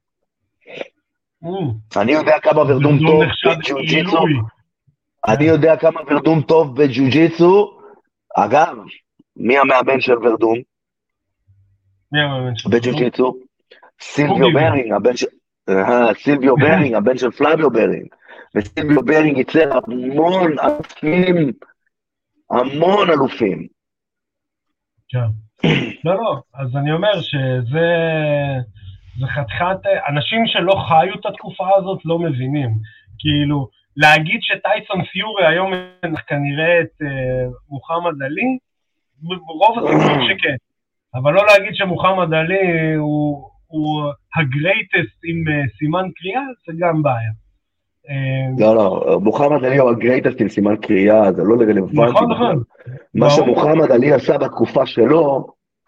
אני יודע כמה ורדום טוב בג'ו-ג'יטסו. אני יודע כמה ורדום טוב בג'ו-ג'יטסו. אגב, מי המאמן של ורדום? מי המאמן של ורדום? בג'ו-ג'יטסו. סילביו ברינג, הבן של... סילביו ברינג, הבן של פלאביו ברינג. וסילביו ברינג ייצר המון אלופים, המון אלופים. כן. לא, לא, אז אני אומר שזה... זה חתיכת... אנשים שלא חיו את התקופה הזאת לא מבינים. כאילו, להגיד שטייסון פיורי היום כנראה את מוחמד עלי, רוב הסיכויים שכן. אבל לא להגיד שמוחמד עלי הוא, הוא הגרייטסט עם סימן קריאה, זה גם בעיה. לא, לא, מוחמד עלי הוא הגרייטסט עם סימן קריאה, זה לא רלוונטי. נכון, נכון. מה שמוחמד עלי עשה בתקופה שלו,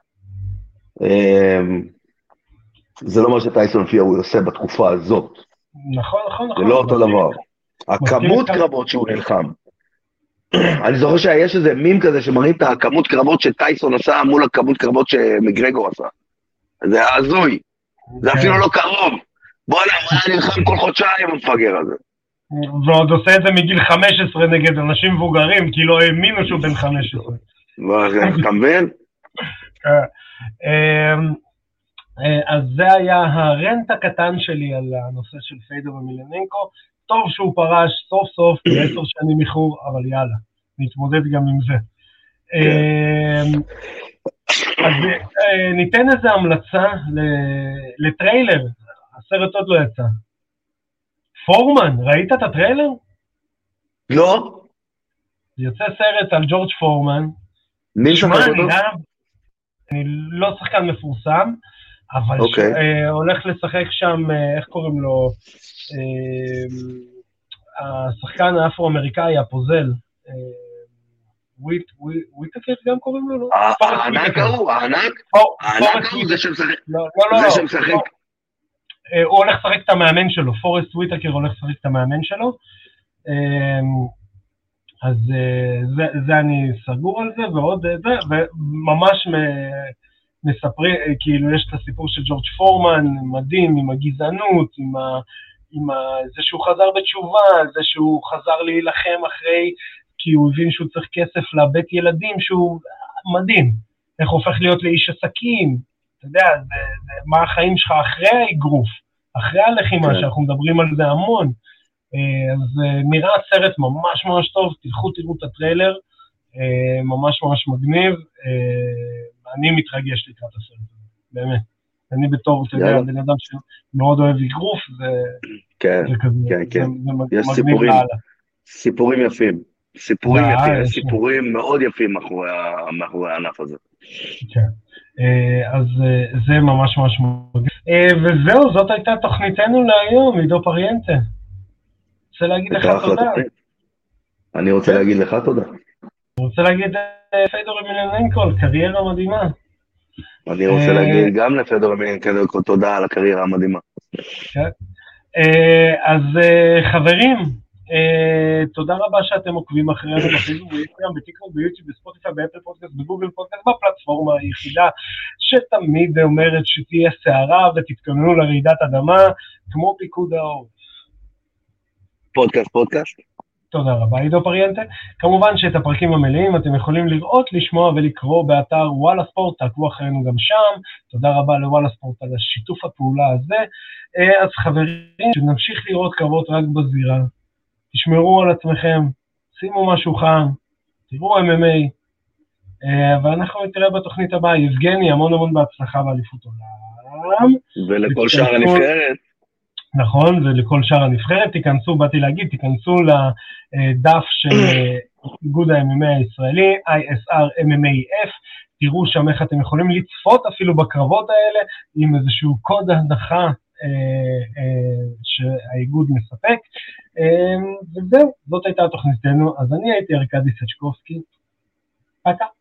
זה לא מה שטייסון פיורי עושה בתקופה הזאת. נכון, נכון, נכון. זה לא אותו דבר. הכמות קרבות שהוא נלחם. אני זוכר שיש איזה מים כזה שמראים את הכמות קרבות שטייסון עשה מול הכמות קרבות שמגרגור עשה. זה הזוי. זה אפילו לא קרוב. בוא נראה, אני נלחם כל חודשיים המפגר הזה. ועוד עושה את זה מגיל חמש עשרה נגד אנשים מבוגרים, כי לא האמינו שהוא בן חמש עשרה. אתה מבין? אז זה היה הרנט הקטן שלי על הנושא של פיידור ומילננקו. טוב שהוא פרש סוף סוף בעשר שנים איחור, אבל יאללה, נתמודד גם עם זה. אז ניתן איזו המלצה לטריילר, הסרט עוד לא יצא. פורמן, ראית את הטריילר? לא. יוצא סרט על ג'ורג' פורמן. מי שחק אותו? אני לא שחקן מפורסם, אבל הולך לשחק שם, איך קוראים לו? השחקן האפרו-אמריקאי, הפוזל, וויטקר גם קוראים לו, לא? הענק הוא, הענק? הענק הוא זה שמשחק. לא, לא, לא. הוא הולך לשחק את המאמן שלו, פורסט וויטקר הולך לשחק את המאמן שלו, אז זה אני סגור על זה, ועוד זה, וממש מספרים, כאילו יש את הסיפור של ג'ורג' פורמן, מדהים, עם הגזענות, עם ה... עם זה שהוא חזר בתשובה, זה שהוא חזר להילחם אחרי, כי הוא הבין שהוא צריך כסף לבית ילדים, שהוא מדהים, איך הופך להיות לאיש עסקים, אתה יודע, זה, זה, מה החיים שלך אחרי האגרוף, אחרי הלחימה, כן. שאנחנו מדברים על זה המון, אז נראה סרט ממש ממש טוב, תלכו תראו את הטריילר, ממש ממש מגניב, אני מתרגש לקראת הסרט, באמת. אני בתור, אתה יודע, בן אדם שמאוד אוהב אגרוף, זה כזה, יש סיפורים, סיפורים יפים, סיפורים יפים, סיפורים מאוד יפים מאחורי הענף הזה. כן, אז זה ממש ממש מגניב. וזהו, זאת הייתה תוכניתנו להיום, עידו פריאנטה. רוצה להגיד לך תודה. אני רוצה להגיד לך תודה. אני רוצה להגיד פיידור ומילננקו, קריירה מדהימה. אני רוצה להגיד גם לפיידור ומילננקו תודה על הקריירה המדהימה. אז חברים, תודה רבה שאתם עוקבים אחרינו בפייסבוק, באינסטגרם, בטיקטוק, ביוטיוב, בספוטיפיי, באפל פודקאסט, בגוגל פודקאסט, בפלטפורמה היחידה שתמיד אומרת שתהיה סערה ותתכוננו לרעידת אדמה, כמו פיקוד העורף. פודקאסט, פודקאסט. תודה רבה, עידו פריאנטה. כמובן שאת הפרקים המלאים אתם יכולים לראות, לשמוע ולקרוא באתר וואלה ספורט, תעקבו אחרינו גם שם. תודה רבה לוואלה ספורט על השיתוף הפעולה הזה. אז חברים, שנמשיך לראות קרבות רק בזירה. תשמרו על עצמכם, שימו משהו חם, תראו אם אם איי, ואנחנו נתראה בתוכנית הבאה. יבגני, המון המון בהצלחה באליפות עולם. ולכל שאר הנבחרת. נכון, ולכל שאר הנבחרת, תיכנסו, באתי להגיד, תיכנסו לדף של איגוד ה-אם אם איי הישראלי, איי אס אר אם אם איי אף, תראו שם איך אתם יכולים לצפות אפילו בקרבות האלה, עם איזשהו קוד הדחה אה, אה, שהאיגוד מספק, אה, וזהו, זאת הייתה התוכניתנו, אז אני הייתי ארקדי סצ'קובסקי, פקה.